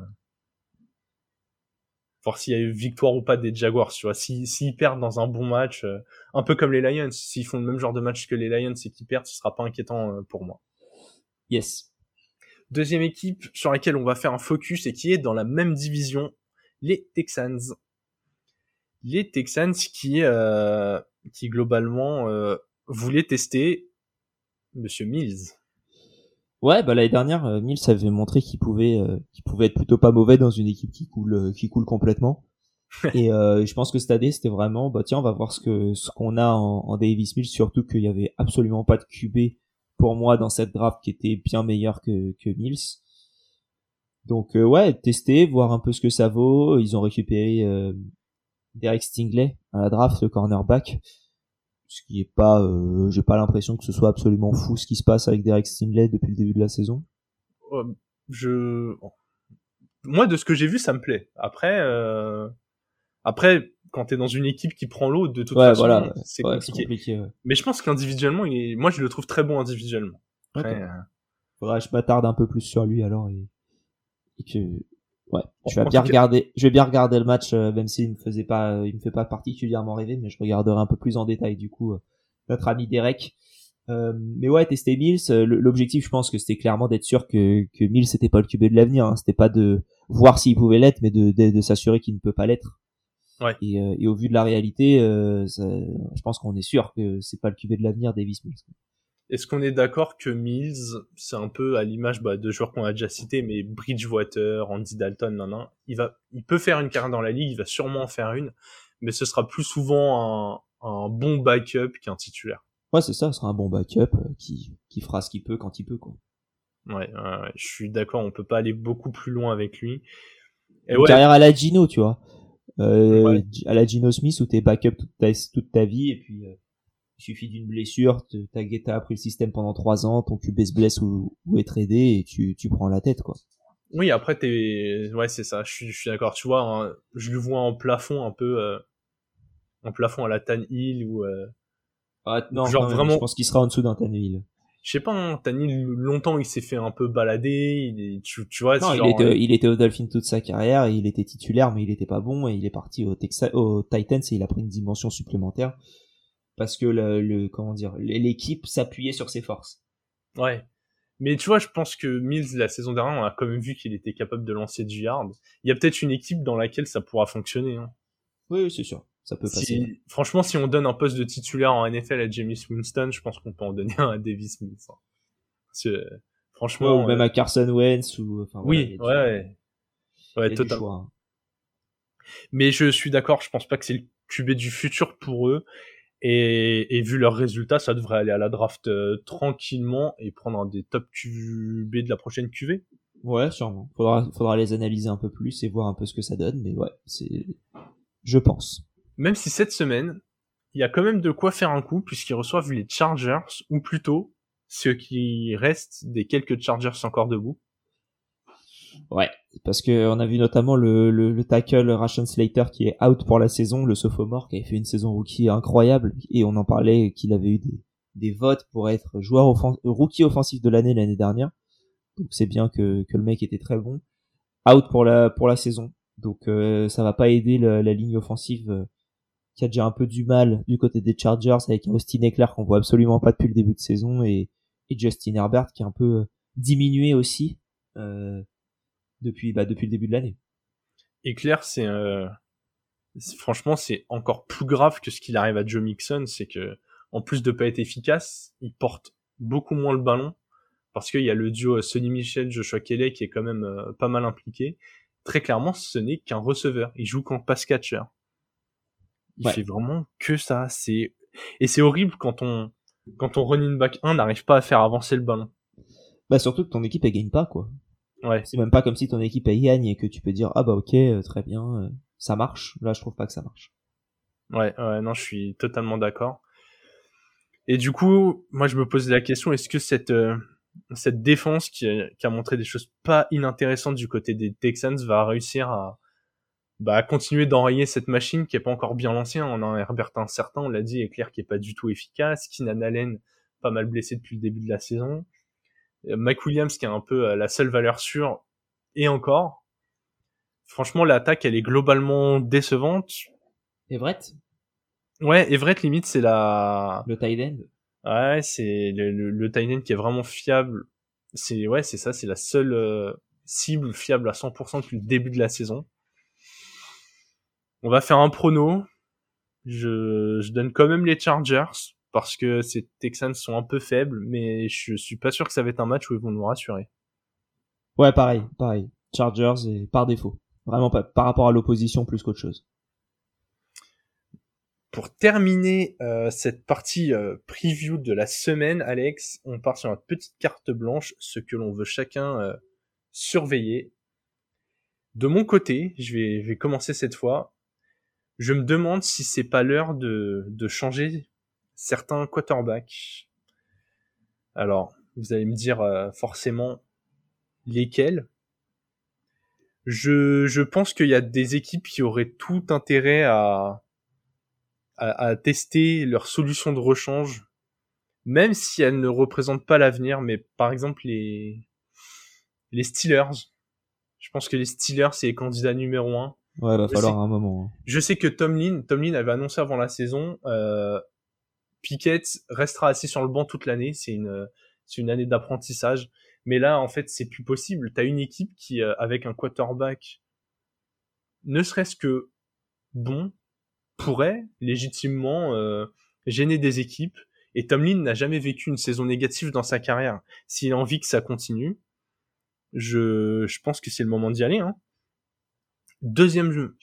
une victoire ou pas des Jaguars, tu vois. S'ils perdent dans un bon match, un peu comme les Lions, s'ils font le même genre de match que les Lions et qu'ils perdent, ce sera pas inquiétant pour moi. Yes. Deuxième équipe sur laquelle on va faire un focus et qui est dans la même division, les Texans. Les Texans qui globalement voulaient tester Monsieur Mills. Ouais, l'année dernière, Mills avait montré qu'il pouvait être plutôt pas mauvais dans une équipe qui coule complètement. Et je pense que cette année, c'était vraiment, tiens, on va voir ce qu'on a en Davis Mills, surtout qu'il y avait absolument pas de QB pour moi dans cette draft qui était bien meilleur que Mills. Donc ouais, tester, voir un peu ce que ça vaut. Ils ont récupéré Derek Stingley à la draft, le cornerback. Ce qui est pas, j'ai pas l'impression que ce soit absolument fou ce qui se passe avec Derek Stingley depuis le début de la saison. Moi, de ce que j'ai vu, ça me plaît. Après, quand t'es dans une équipe qui prend l'eau, de toute façon, voilà, c'est compliqué. Ouais. Mais je pense qu'individuellement, moi, je le trouve très bon individuellement. Après, faudra que je m'attarde un peu plus sur lui alors, et que, ouais, je vais bien regarder le match, même s'il il me fait pas particulièrement rêver, mais je regarderai un peu plus en détail du coup notre ami Derek. Mais ouais, tester Mills, l'objectif, je pense que c'était clairement d'être sûr que Mills c'était pas le QB de l'avenir, hein. C'était pas de voir s'il pouvait l'être, mais de s'assurer qu'il ne peut pas l'être. Ouais. Et au vu de la réalité, je pense qu'on est sûr que c'est pas le QB de l'avenir, Davis Mills. Est-ce qu'on est d'accord que Mills, c'est un peu à l'image de joueurs qu'on a déjà cités, mais Bridgewater, Andy Dalton, il peut faire une carrière dans la ligue, il va sûrement en faire une, mais ce sera plus souvent un bon backup qu'un titulaire. Ouais, c'est ça, ce sera un bon backup qui fera ce qu'il peut quand il peut, quoi. Ouais, je suis d'accord, on peut pas aller beaucoup plus loin avec lui. Et une carrière à la Gino, tu vois. À la Gino Smith où t'es backup toute ta vie, et puis il suffit d'une blessure, t'as appris le système pendant 3 ans, ton QB se blesse ou est tradé, et tu prends la tête, quoi. Oui, après ouais, c'est ça, je suis d'accord, tu vois, hein, je le vois en plafond un peu, en plafond à la Tannehill ou non, genre vraiment, je pense qu'il sera en dessous d'un Tannehill. Je sais pas, hein, Tannehill, longtemps il s'est fait un peu balader, tu vois, non, il était au Dolphins toute sa carrière, et il était titulaire, mais il était pas bon, et il est parti au Titans, et il a pris une dimension supplémentaire parce que l'équipe s'appuyait sur ses forces. Ouais. Mais tu vois, je pense que Mills, la saison dernière, on a quand même vu qu'il était capable de lancer du yard. Il y a peut-être une équipe dans laquelle ça pourra fonctionner, hein. Oui, c'est sûr. Ça peut passer. Franchement, si on donne un poste de titulaire en NFL à Jameis Winston, je pense qu'on peut en donner un à Davis Mills, hein. Franchement. Ou même à Carson Wentz oui, ouais, totalement. Hein. Mais je suis d'accord, je pense pas que c'est le QB du futur pour eux. Et vu leurs résultats, ça devrait aller à la draft tranquillement et prendre un des top QB de la prochaine QV. Ouais, sûrement. Faudra les analyser un peu plus et voir un peu ce que ça donne, mais ouais, je pense. Même si cette semaine, il y a quand même de quoi faire un coup, puisqu'ils reçoivent les Chargers, ou plutôt, ce qui reste des quelques Chargers encore debout. Ouais, parce que on a vu notamment le tackle Rashawn Slater qui est out pour la saison, le sophomore qui avait fait une saison rookie incroyable, et on en parlait qu'il avait eu des votes pour être rookie offensif de l'année dernière. Donc c'est bien que le mec était très bon. Out pour la saison. Donc ça va pas aider la ligne offensive qui a déjà un peu du mal du côté des Chargers avec Austin Eckler qu'on voit absolument pas depuis le début de saison et Justin Herbert qui est un peu diminué aussi depuis le début de l'année. Eckler, franchement, c'est encore plus grave que ce qu'il arrive à Joe Mixon, c'est que en plus de pas être efficace, il porte beaucoup moins le ballon parce qu'il y a le duo Sonny Michel, Joshua Kelley qui est quand même pas mal impliqué. Très clairement, ce n'est qu'un receveur. Il joue qu'en pass catcher. Il fait vraiment que ça. Et c'est horrible quand ton running back 1 n'arrive pas à faire avancer le ballon. Bah surtout que ton équipe elle gagne pas quoi. Ouais. C'est même pas comme si ton équipe elle gagne et que tu peux dire ah bah ok très bien ça marche. Là je trouve pas que ça marche. Ouais, non, je suis totalement d'accord. Et du coup, moi je me posais la question, est-ce que cette défense qui a montré des choses pas inintéressantes du côté des Texans va réussir à continuer d'enrayer cette machine qui est pas encore bien lancée. On a un Herbert incertain, on l'a dit, Eckler qui est pas du tout efficace, Keenan Allen pas mal blessé depuis le début de la saison, Mike Williams qui est un peu la seule valeur sûre, et encore. Franchement, l'attaque elle est globalement décevante. Everett? Ouais, Everett limite c'est le tight end. Ouais, c'est le tight end qui est vraiment fiable. C'est ça, c'est la seule cible fiable à 100% depuis le début de la saison. On va faire un prono. Je donne quand même les Chargers parce que ces Texans sont un peu faibles, mais je suis pas sûr que ça va être un match où ils vont nous rassurer. Ouais, pareil. Chargers et par défaut. Vraiment pas par rapport à l'opposition plus qu'autre chose. Pour terminer cette partie preview de la semaine, Alex, on part sur notre petite carte blanche, ce que l'on veut chacun surveiller. De mon côté, je vais commencer cette fois. Je me demande si c'est pas l'heure de changer certains quarterbacks. Alors, vous allez me dire forcément lesquels. Je pense qu'il y a des équipes qui auraient tout intérêt à tester leur solution de rechange, même si elles ne représentent pas l'avenir. Mais par exemple, les Steelers. Je pense que les Steelers, c'est les candidats numéro 1. Ouais, va falloir un moment. Je sais que Tomlin avait annoncé avant la saison, Pickett restera assis sur le banc toute l'année. C'est une année d'apprentissage. Mais là, en fait, c'est plus possible. T'as une équipe qui, avec un quarterback, ne serait-ce que bon, pourrait légitimement gêner des équipes. Et Tomlin n'a jamais vécu une saison négative dans sa carrière. S'il a envie que ça continue, je pense que c'est le moment d'y aller. Hein. Deuxième jeu.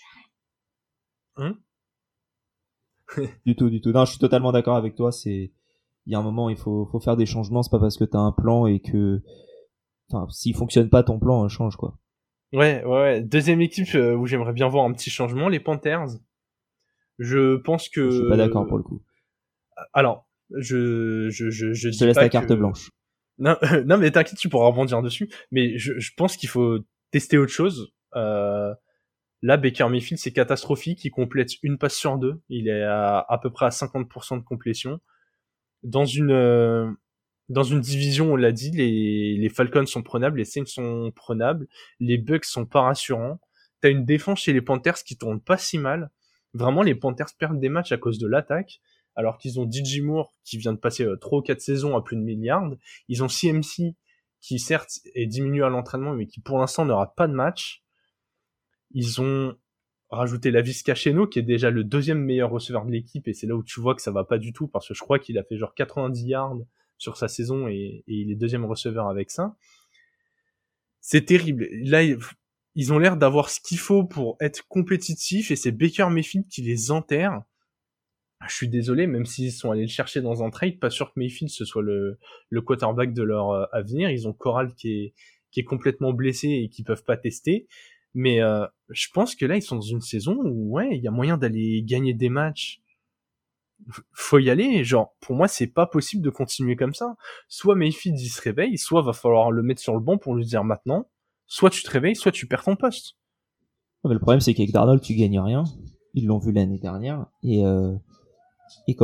Du tout. Non, je suis totalement d'accord avec toi. Il y a un moment, il faut faire des changements. C'est pas parce que t'as un plan et que, s'il fonctionne pas ton plan, change quoi. Ouais. Deuxième équipe où j'aimerais bien voir un petit changement, les Panthers. Je pense que. Je suis pas d'accord pour le coup. Alors, je te laisse la carte blanche. Non, mais t'inquiète, tu pourras rebondir dessus. Mais je pense qu'il faut tester autre chose. Là, Baker Mayfield, c'est catastrophique. Il complète une passe sur 2. Il est à peu près à 50% de complétion. Dans une division, on l'a dit, les Falcons sont prenables, les Saints sont prenables, les Bucks sont pas rassurants. T'as une défense chez les Panthers qui tourne pas si mal. Vraiment, les Panthers perdent des matchs à cause de l'attaque, alors qu'ils ont DJ Moore qui vient de passer 3 ou 4 saisons à plus de milliards. Ils ont CMC qui certes est diminué à l'entraînement, mais qui pour l'instant n'aura pas de match. Ils ont rajouté Laviska Kacheno, qui est déjà le deuxième meilleur receveur de l'équipe, et c'est là où tu vois que ça va pas du tout, parce que je crois qu'il a fait genre 90 yards sur sa saison, et il est deuxième receveur avec ça. C'est terrible. Là, ils ont l'air d'avoir ce qu'il faut pour être compétitifs, et c'est Baker Mayfield qui les enterre. Je suis désolé, même s'ils sont allés le chercher dans un trade, pas sûr que Mayfield ce soit le quarterback de leur avenir. Ils ont Corral qui est complètement blessé et qui peuvent pas tester. Mais je pense que là, ils sont dans une saison où, ouais, il y a moyen d'aller gagner des matchs. Faut y aller. Genre, pour moi, c'est pas possible de continuer comme ça. Soit Mayfield, il se réveille, soit va falloir le mettre sur le banc pour lui dire maintenant, soit tu te réveilles, soit tu perds ton poste. Mais le problème, c'est qu'avec Darnold, tu gagnes rien. Ils l'ont vu l'année dernière. Et comment?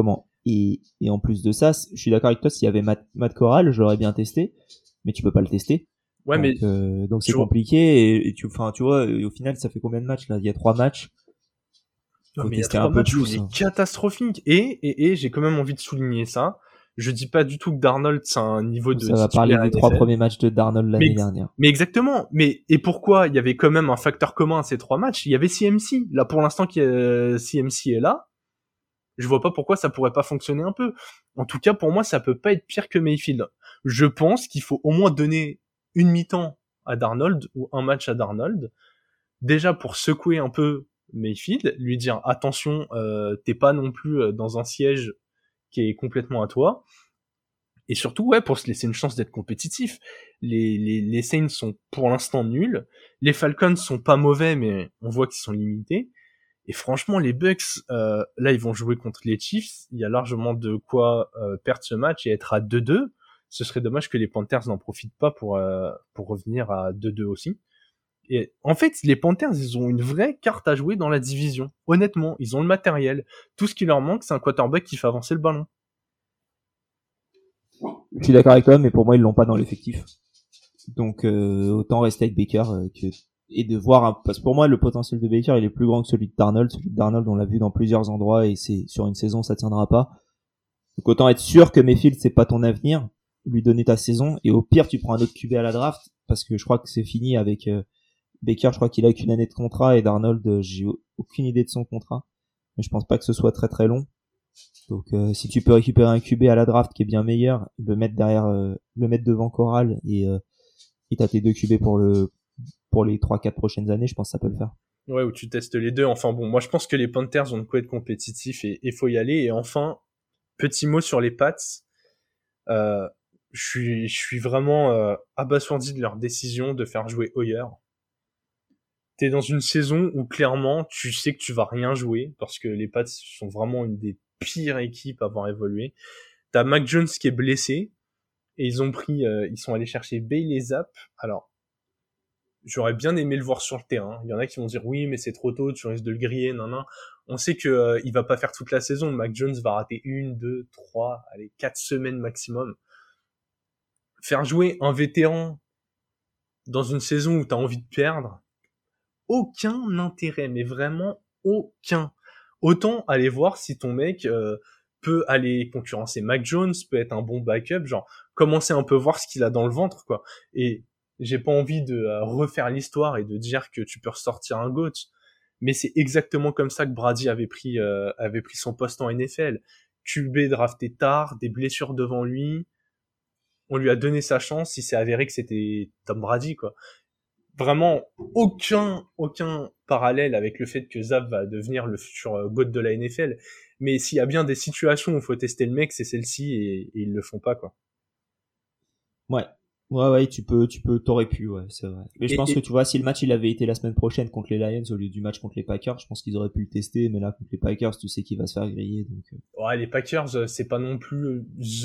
Et en plus de ça, je suis d'accord avec toi, s'il y avait Matt Corral, je l'aurais bien testé, mais tu peux pas le tester. Ouais, Donc c'est compliqué, et tu vois, au final, ça fait combien de matchs, là? Il y a 3 matchs. Non, mais il y a 3 matchs où il est catastrophique. Et j'ai quand même envie de souligner ça. Je dis pas du tout que Darnold, c'est un niveau de ça va parler des 3 premiers matchs de Darnold l'année dernière. Mais exactement. Et pourquoi il y avait quand même un facteur commun à ces 3 matchs? Il y avait CMC. Là, pour l'instant, CMC est là. Je vois pas pourquoi ça pourrait pas fonctionner un peu. En tout cas, pour moi, ça peut pas être pire que Mayfield. Je pense qu'il faut au moins donner une mi-temps à Darnold ou un match à Darnold. Déjà pour secouer un peu Mayfield, lui dire attention, t'es pas non plus dans un siège qui est complètement à toi. Et surtout, ouais, pour se laisser une chance d'être compétitif. Les Saints sont pour l'instant nuls. Les Falcons sont pas mauvais, mais on voit qu'ils sont limités. Et franchement, les Bucks, là, ils vont jouer contre les Chiefs. Il y a largement de quoi perdre ce match et être à 2-2. Ce serait dommage que les Panthers n'en profitent pas pour revenir à 2-2 aussi. Et en fait, les Panthers, ils ont une vraie carte à jouer dans la division. Honnêtement, ils ont le matériel. Tout ce qui leur manque, c'est un quarterback qui fait avancer le ballon. Je suis d'accord avec toi, mais pour moi, ils l'ont pas dans l'effectif. Donc, autant rester avec Baker et de voir parce que pour moi, le potentiel de Baker, il est plus grand que celui de Darnold. Celui de Darnold, on l'a vu dans plusieurs endroits et c'est sur une saison, ça tiendra pas. Donc, autant être sûr que Mayfield, c'est pas ton avenir. Lui donner ta saison et au pire, tu prends un autre QB à la draft parce que je crois que c'est fini avec Baker. Je crois qu'il a qu'une année de contrat et Darnold, j'ai aucune idée de son contrat, mais je pense pas que ce soit très très long. Donc si tu peux récupérer un QB à la draft qui est bien meilleur, le mettre devant Corral et t'as tes 2 QB pour les 3-4 prochaines années, je pense que ça peut le faire. Ouais, où tu testes les deux. Enfin bon, moi je pense que les Panthers ont de quoi être compétitifs et faut y aller. Et enfin, petit mot sur les Pats. Je suis vraiment abasourdi de leur décision de faire jouer Hoyer. T'es dans une saison où clairement tu sais que tu vas rien jouer parce que les Pats sont vraiment une des pires équipes à avoir évolué. T'as Mac Jones qui est blessé et ils sont allés chercher Bailey Zapp. Alors, j'aurais bien aimé le voir sur le terrain. Il y en a qui vont dire oui, mais c'est trop tôt, tu risques de le griller, nan. On sait que il va pas faire toute la saison. Mac Jones va rater 1, 2, 3, 4 semaines maximum. Faire jouer un vétéran dans une saison où t'as envie de perdre, aucun intérêt, mais vraiment aucun. Autant aller voir si ton mec peut aller concurrencer Mac Jones, peut être un bon backup, genre commencer un peu voir ce qu'il a dans le ventre, quoi. Et j'ai pas envie de refaire l'histoire et de dire que tu peux ressortir un GOAT, mais c'est exactement comme ça que Brady avait pris son poste en NFL. QB drafté tard, des blessures devant lui, on lui a donné sa chance, il s'est avéré que c'était Tom Brady, quoi. Vraiment aucun parallèle avec le fait que Zapp va devenir le futur GOAT de la NFL. Mais s'il y a bien des situations où il faut tester le mec, c'est celle-ci et ils le font pas, quoi. Ouais, t'aurais pu, ouais, c'est vrai. Mais je pense que tu vois, si le match il avait été la semaine prochaine contre les Lions au lieu du match contre les Packers, je pense qu'ils auraient pu le tester, mais là contre les Packers, tu sais qu'il va se faire griller, donc. Ouais, les Packers, c'est pas non plus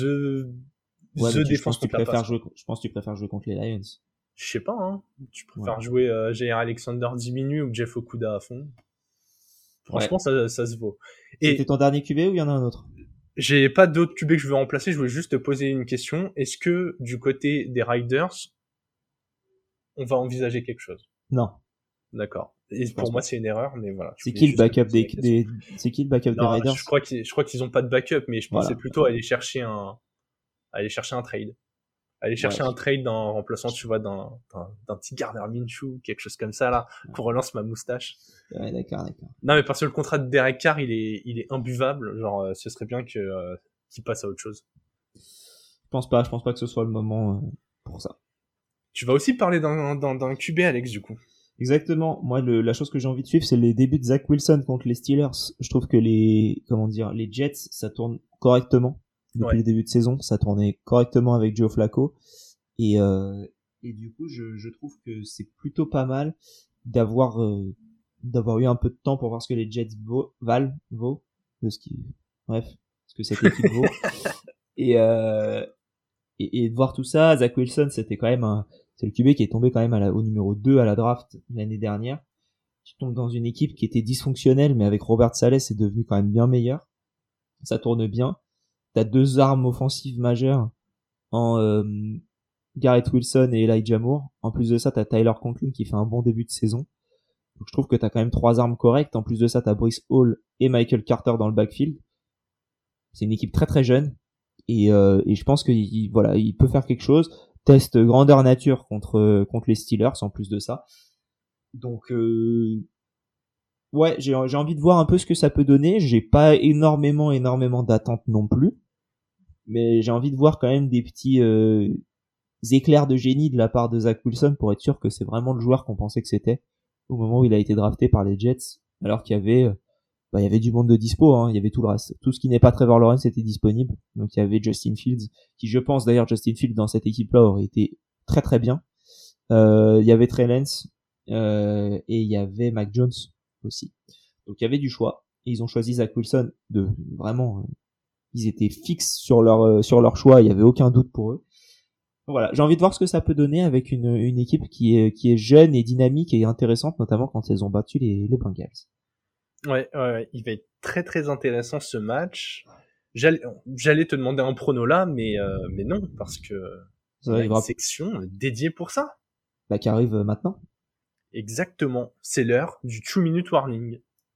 défense contre la passe. Je pense que tu préfères jouer contre les Lions. Je sais pas, hein. Tu préfères jouer Jair Alexander 10 minutes ou Jeff Okuda à fond. Franchement, ça se vaut. C'était ton dernier QB ou il y en a un autre? J'ai pas d'autres QB que je veux remplacer, je voulais juste te poser une question. Est-ce que, du côté des Riders, on va envisager quelque chose? Non. D'accord. Et pour moi, c'est une erreur, mais voilà. C'est qui le backup des Riders? Je crois qu'ils ont pas de backup, mais je pensais plutôt aller chercher un trade. Aller chercher un trade en remplaçant, tu vois, d'un petit Gardner Minshew, quelque chose comme ça, là, qu'on relance ma moustache. Ouais, d'accord. Non, mais parce que le contrat de Derek Carr, il est imbuvable. Genre, ce serait bien qu'il passe à autre chose. Je pense pas que ce soit le moment pour ça. Tu vas aussi parler d'un QB, Alex, du coup. Exactement. Moi, la chose que j'ai envie de suivre, c'est les débuts de Zach Wilson contre les Steelers. Je trouve que les Jets, ça tourne correctement. Depuis le début de saison, ça tournait correctement avec Joe Flacco. Et du coup, je trouve que c'est plutôt pas mal d'avoir eu un peu de temps pour voir ce que les Jets valent ce que cette équipe vaut. Et de voir tout ça, Zach Wilson, c'était quand même c'est le QB qui est tombé quand même au numéro 2 à la draft l'année dernière. Tu tombes dans une équipe qui était dysfonctionnelle, mais avec Robert Saleh, c'est devenu quand même bien meilleur. Ça tourne bien. t'as deux armes offensives majeures en Garrett Wilson et Elijah Moore. En plus de ça, t'as Tyler Conklin qui fait un bon début de saison. Donc je trouve que t'as quand même trois armes correctes. En plus de ça, t'as Breece Hall et Michael Carter dans le backfield. C'est une équipe très très jeune et je pense qu'il peut faire quelque chose. Test grandeur nature contre les Steelers en plus de ça. Donc ouais, j'ai envie de voir un peu ce que ça peut donner. J'ai pas énormément d'attentes non plus, mais j'ai envie de voir quand même des petits éclairs de génie de la part de Zach Wilson pour être sûr que c'est vraiment le joueur qu'on pensait que c'était au moment où il a été drafté par les Jets, alors qu'il y avait du monde de dispo, hein. Il y avait tout le reste. Tout ce qui n'est pas Trevor Lawrence était disponible. Donc il y avait Justin Fields, qui je pense d'ailleurs Justin Fields dans cette équipe-là aurait été très très bien. Il y avait Trey Lance et il y avait Mac Jones aussi. Donc il y avait du choix. Et ils ont choisi Zach Wilson de vraiment, ils étaient fixes sur leur choix. Il y avait aucun doute pour eux. Voilà, j'ai envie de voir ce que ça peut donner avec une équipe qui est jeune et dynamique et intéressante, notamment quand elles ont battu les Bengals. Ouais, il va être très très intéressant ce match. J'allais te demander un prono là, mais non, parce que il y a une section dédiée pour ça. Bah, qui arrive maintenant. Exactement, c'est l'heure du 2-minute warning.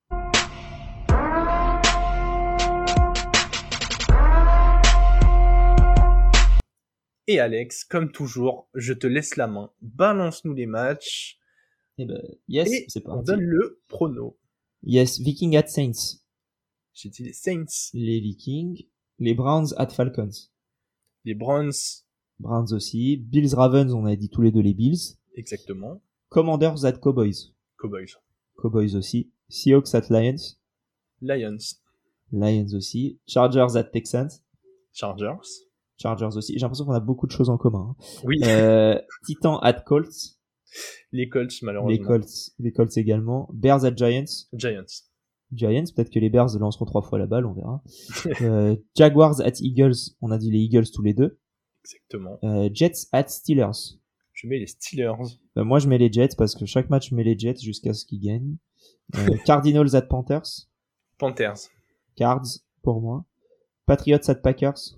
Et Alex, comme toujours, je te laisse la main. Balance-nous les matchs. Et yes, et c'est parti. On donne le prono. Yes, Vikings at Saints. J'ai dit les Saints. Les Vikings. Les Browns at Falcons. Les Browns. Browns aussi. Bills Ravens, on a dit tous les deux les Bills. Exactement. Commanders at Cowboys. Cowboys aussi. Seahawks at Lions. Lions aussi. Chargers at Texans. Chargers aussi. J'ai l'impression qu'on a beaucoup de choses en commun. Hein. Oui. Titans at Colts. Les Colts, malheureusement. Les Colts également. Bears at Giants. Giants, peut-être que les Bears lanceront 3 fois la balle, on verra. Jaguars at Eagles. On a dit les Eagles tous les deux. Exactement. Jets at Steelers. Je mets les Steelers. Moi, je mets les Jets parce que chaque match, je mets les Jets jusqu'à ce qu'ils gagnent. Cardinals at Panthers. Cards, pour moi. Patriots at Packers.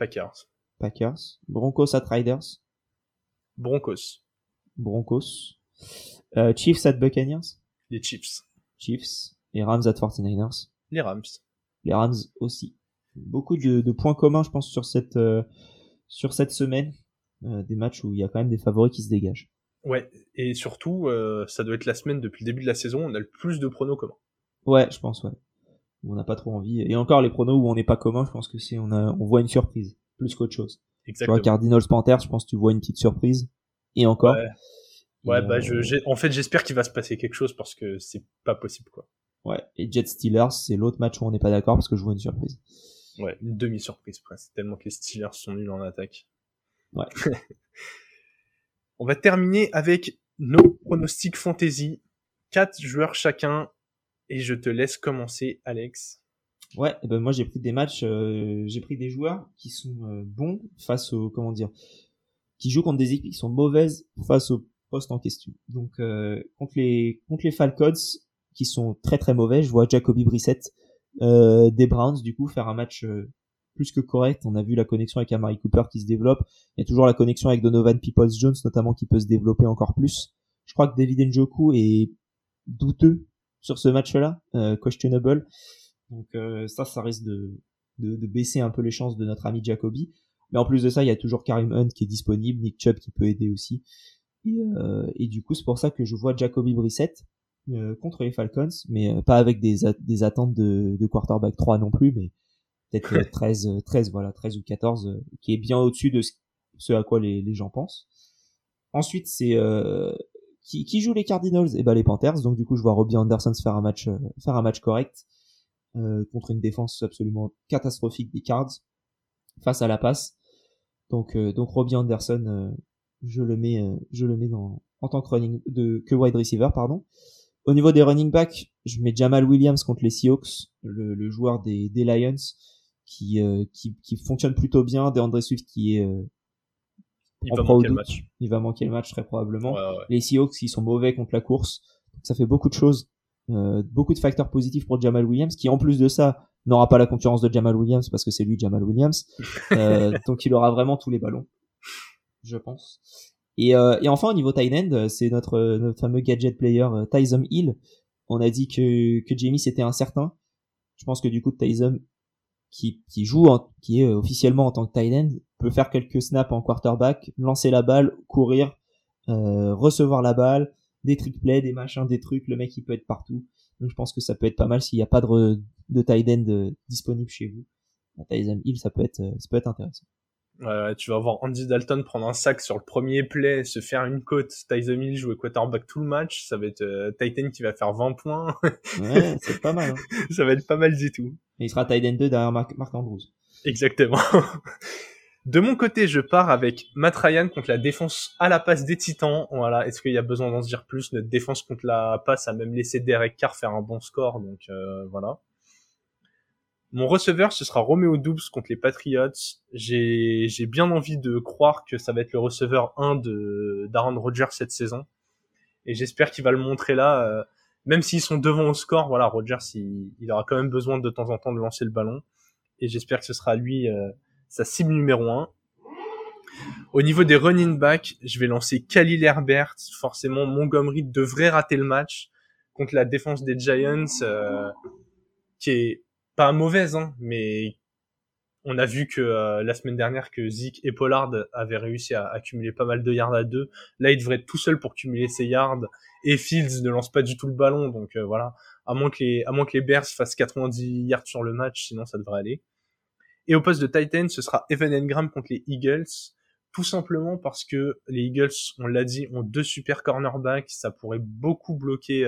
Broncos at Riders. Broncos. Chiefs at Buccaneers. Les Chiefs. Et Rams at 49ers. Les Rams aussi. Beaucoup de points communs, je pense, sur cette semaine. Des matchs où il y a quand même des favoris qui se dégagent. Ouais, et surtout, ça doit être la semaine depuis le début de la saison, on a le plus de pronos communs. Ouais, je pense, ouais. On n'a pas trop envie. Et encore, les pronos où on n'est pas commun, je pense que on voit une surprise. Plus qu'autre chose. Exactement. Tu vois, Cardinals Panthers, je pense que tu vois une petite surprise. Et encore. Ouais, en fait, j'espère qu'il va se passer quelque chose parce que c'est pas possible, quoi. Ouais. Et Jets Steelers, c'est l'autre match où on n'est pas d'accord parce que je vois une surprise. Ouais, une demi-surprise presque, tellement que les Steelers sont nuls en attaque. Ouais. On va terminer avec nos pronostics fantasy. 4 joueurs chacun. Et je te laisse commencer, Alex. Ouais, moi j'ai pris des matchs, j'ai pris des joueurs qui sont bons face aux, qui jouent contre des équipes qui sont mauvaises face au poste en question. Donc contre les Falcons qui sont très très mauvais, je vois Jacoby Brissett des Browns du coup faire un match plus que correct. On a vu la connexion avec Amari Cooper qui se développe. Il y a toujours la connexion avec Donovan Peoples-Jones notamment qui peut se développer encore plus. Je crois que David Njoku est douteux sur ce match-là, questionable. Donc ça risque de baisser un peu les chances de notre ami Jacoby. Mais en plus de ça, il y a toujours Kareem Hunt qui est disponible, Nick Chubb qui peut aider aussi. Et du coup, c'est pour ça que je vois Jacoby Brissett contre les Falcons, mais pas avec des attentes de quarterback 3 non plus, mais peut-être 13 ou 14, qui est bien au-dessus de ce à quoi les gens pensent. Ensuite, c'est qui joue les Cardinals? Les Panthers. Donc du coup, je vois Robbie Anderson faire un match correct contre une défense absolument catastrophique des Cards face à la passe. Donc Robbie Anderson, je le mets en tant que wide receiver, pardon. Au niveau des running backs, je mets Jamal Williams contre les Seahawks, le joueur des Lions qui fonctionne plutôt bien. DeAndre Swift qui est il va manquer le match très probablement. Ouais. Les Seahawks qui sont mauvais contre la course. Donc ça fait beaucoup de choses, beaucoup de facteurs positifs pour Jamal Williams qui en plus de ça n'aura pas la concurrence de Jamal Williams parce que c'est lui Jamal Williams. Donc il aura vraiment tous les ballons, je pense. Et enfin au niveau tight end, c'est notre fameux gadget player Taysom Hill. On a dit que Jamie c'était incertain. Je pense que du coup Taysom qui est officiellement en tant que tight end peut faire quelques snaps en quarterback, lancer la balle, courir, recevoir la balle, des trick plays, des machins, des trucs. Le mec il peut être partout. Donc je pense que ça peut être pas mal s'il n'y a pas de tight end disponible chez vous. Taysom Hill ça peut être intéressant. Tu vas voir Andy Dalton prendre un sac sur le premier play, se faire une côte, Taysom Hill jouer quarterback tout le match, ça va être Titan qui va faire 20 points. Ouais, c'est pas mal. Hein. Ça va être pas mal du tout. Et il sera Tight End 2 derrière Mark Andrews. Exactement. De mon côté, je pars avec Matt Ryan contre la défense à la passe des Titans. Voilà. Est-ce qu'il y a besoin d'en dire plus? Notre défense contre la passe a même laissé Derek Carr faire un bon score, donc voilà. Mon receveur, ce sera Romeo Doubs contre les Patriots. J'ai bien envie de croire que ça va être le receveur 1 d'Aaron Rodgers cette saison. Et j'espère qu'il va le montrer là. Même s'ils sont devant au score, voilà, Rodgers, il aura quand même besoin de temps en temps de lancer le ballon. Et j'espère que ce sera lui, sa cible numéro 1. Au niveau des running backs, je vais lancer Khalil Herbert. Forcément, Montgomery devrait rater le match contre la défense des Giants, qui est pas mauvaise, hein, mais on a vu que la semaine dernière que Zeke et Pollard avaient réussi à accumuler pas mal de yards à 2. Là, il devrait être tout seul pour cumuler ses yards. Et Fields ne lance pas du tout le ballon, donc voilà. À moins que les Bears fassent 90 yards sur le match, sinon ça devrait aller. Et au poste de tight end, ce sera Evan Engram contre les Eagles. Tout simplement parce que les Eagles, on l'a dit, ont 2 super cornerbacks. Ça pourrait beaucoup bloquer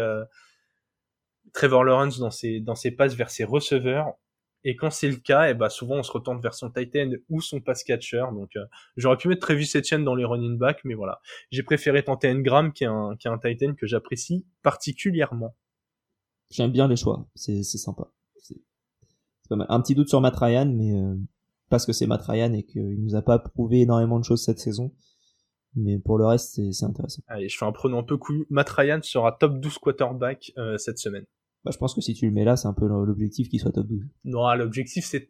Trevor Lawrence dans ses passes vers ses receveurs. Et quand c'est le cas, souvent on se retourne vers son tight end ou son pass catcher. Donc j'aurais pu mettre Travis Etienne dans les running backs, mais voilà, j'ai préféré tenter Engram qui est un tight end que j'apprécie particulièrement. J'aime bien les choix, c'est sympa. C'est pas mal. Un petit doute sur Matt Ryan, mais parce que c'est Matt Ryan et qu'il nous a pas prouvé énormément de choses cette saison. Mais pour le reste, c'est intéressant. Allez, je fais un pronom un peu cool. Matt Ryan sera top 12 quarterback cette semaine. Je pense que si tu le mets là, c'est un peu l'objectif qu'il soit top 12. Non, l'objectif c'est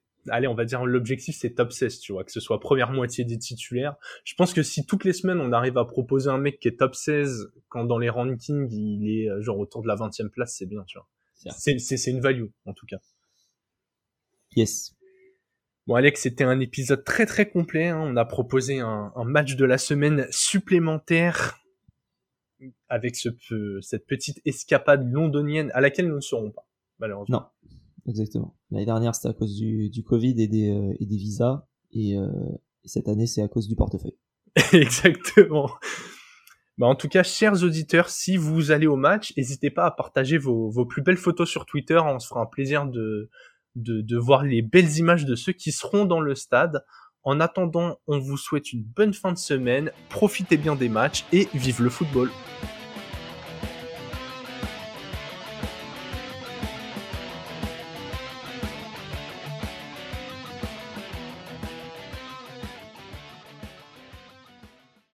top 16, tu vois, que ce soit première moitié des titulaires. Je pense que si toutes les semaines on arrive à proposer un mec qui est top 16 quand dans les rankings il est genre autour de la 20e place, c'est bien, tu vois. C'est une value en tout cas. Yes. Bon Alex, c'était un épisode très très complet, hein. On a proposé un match de la semaine supplémentaire avec cette petite escapade londonienne à laquelle nous ne serons pas, malheureusement. Non, exactement. L'année dernière, c'était à cause du Covid et des visas, et cette année, c'est à cause du portefeuille. Exactement. En tout cas, chers auditeurs, si vous allez au match, n'hésitez pas à partager vos plus belles photos sur Twitter. On se fera un plaisir de voir les belles images de ceux qui seront dans le stade. En attendant, on vous souhaite une bonne fin de semaine, profitez bien des matchs et vive le football.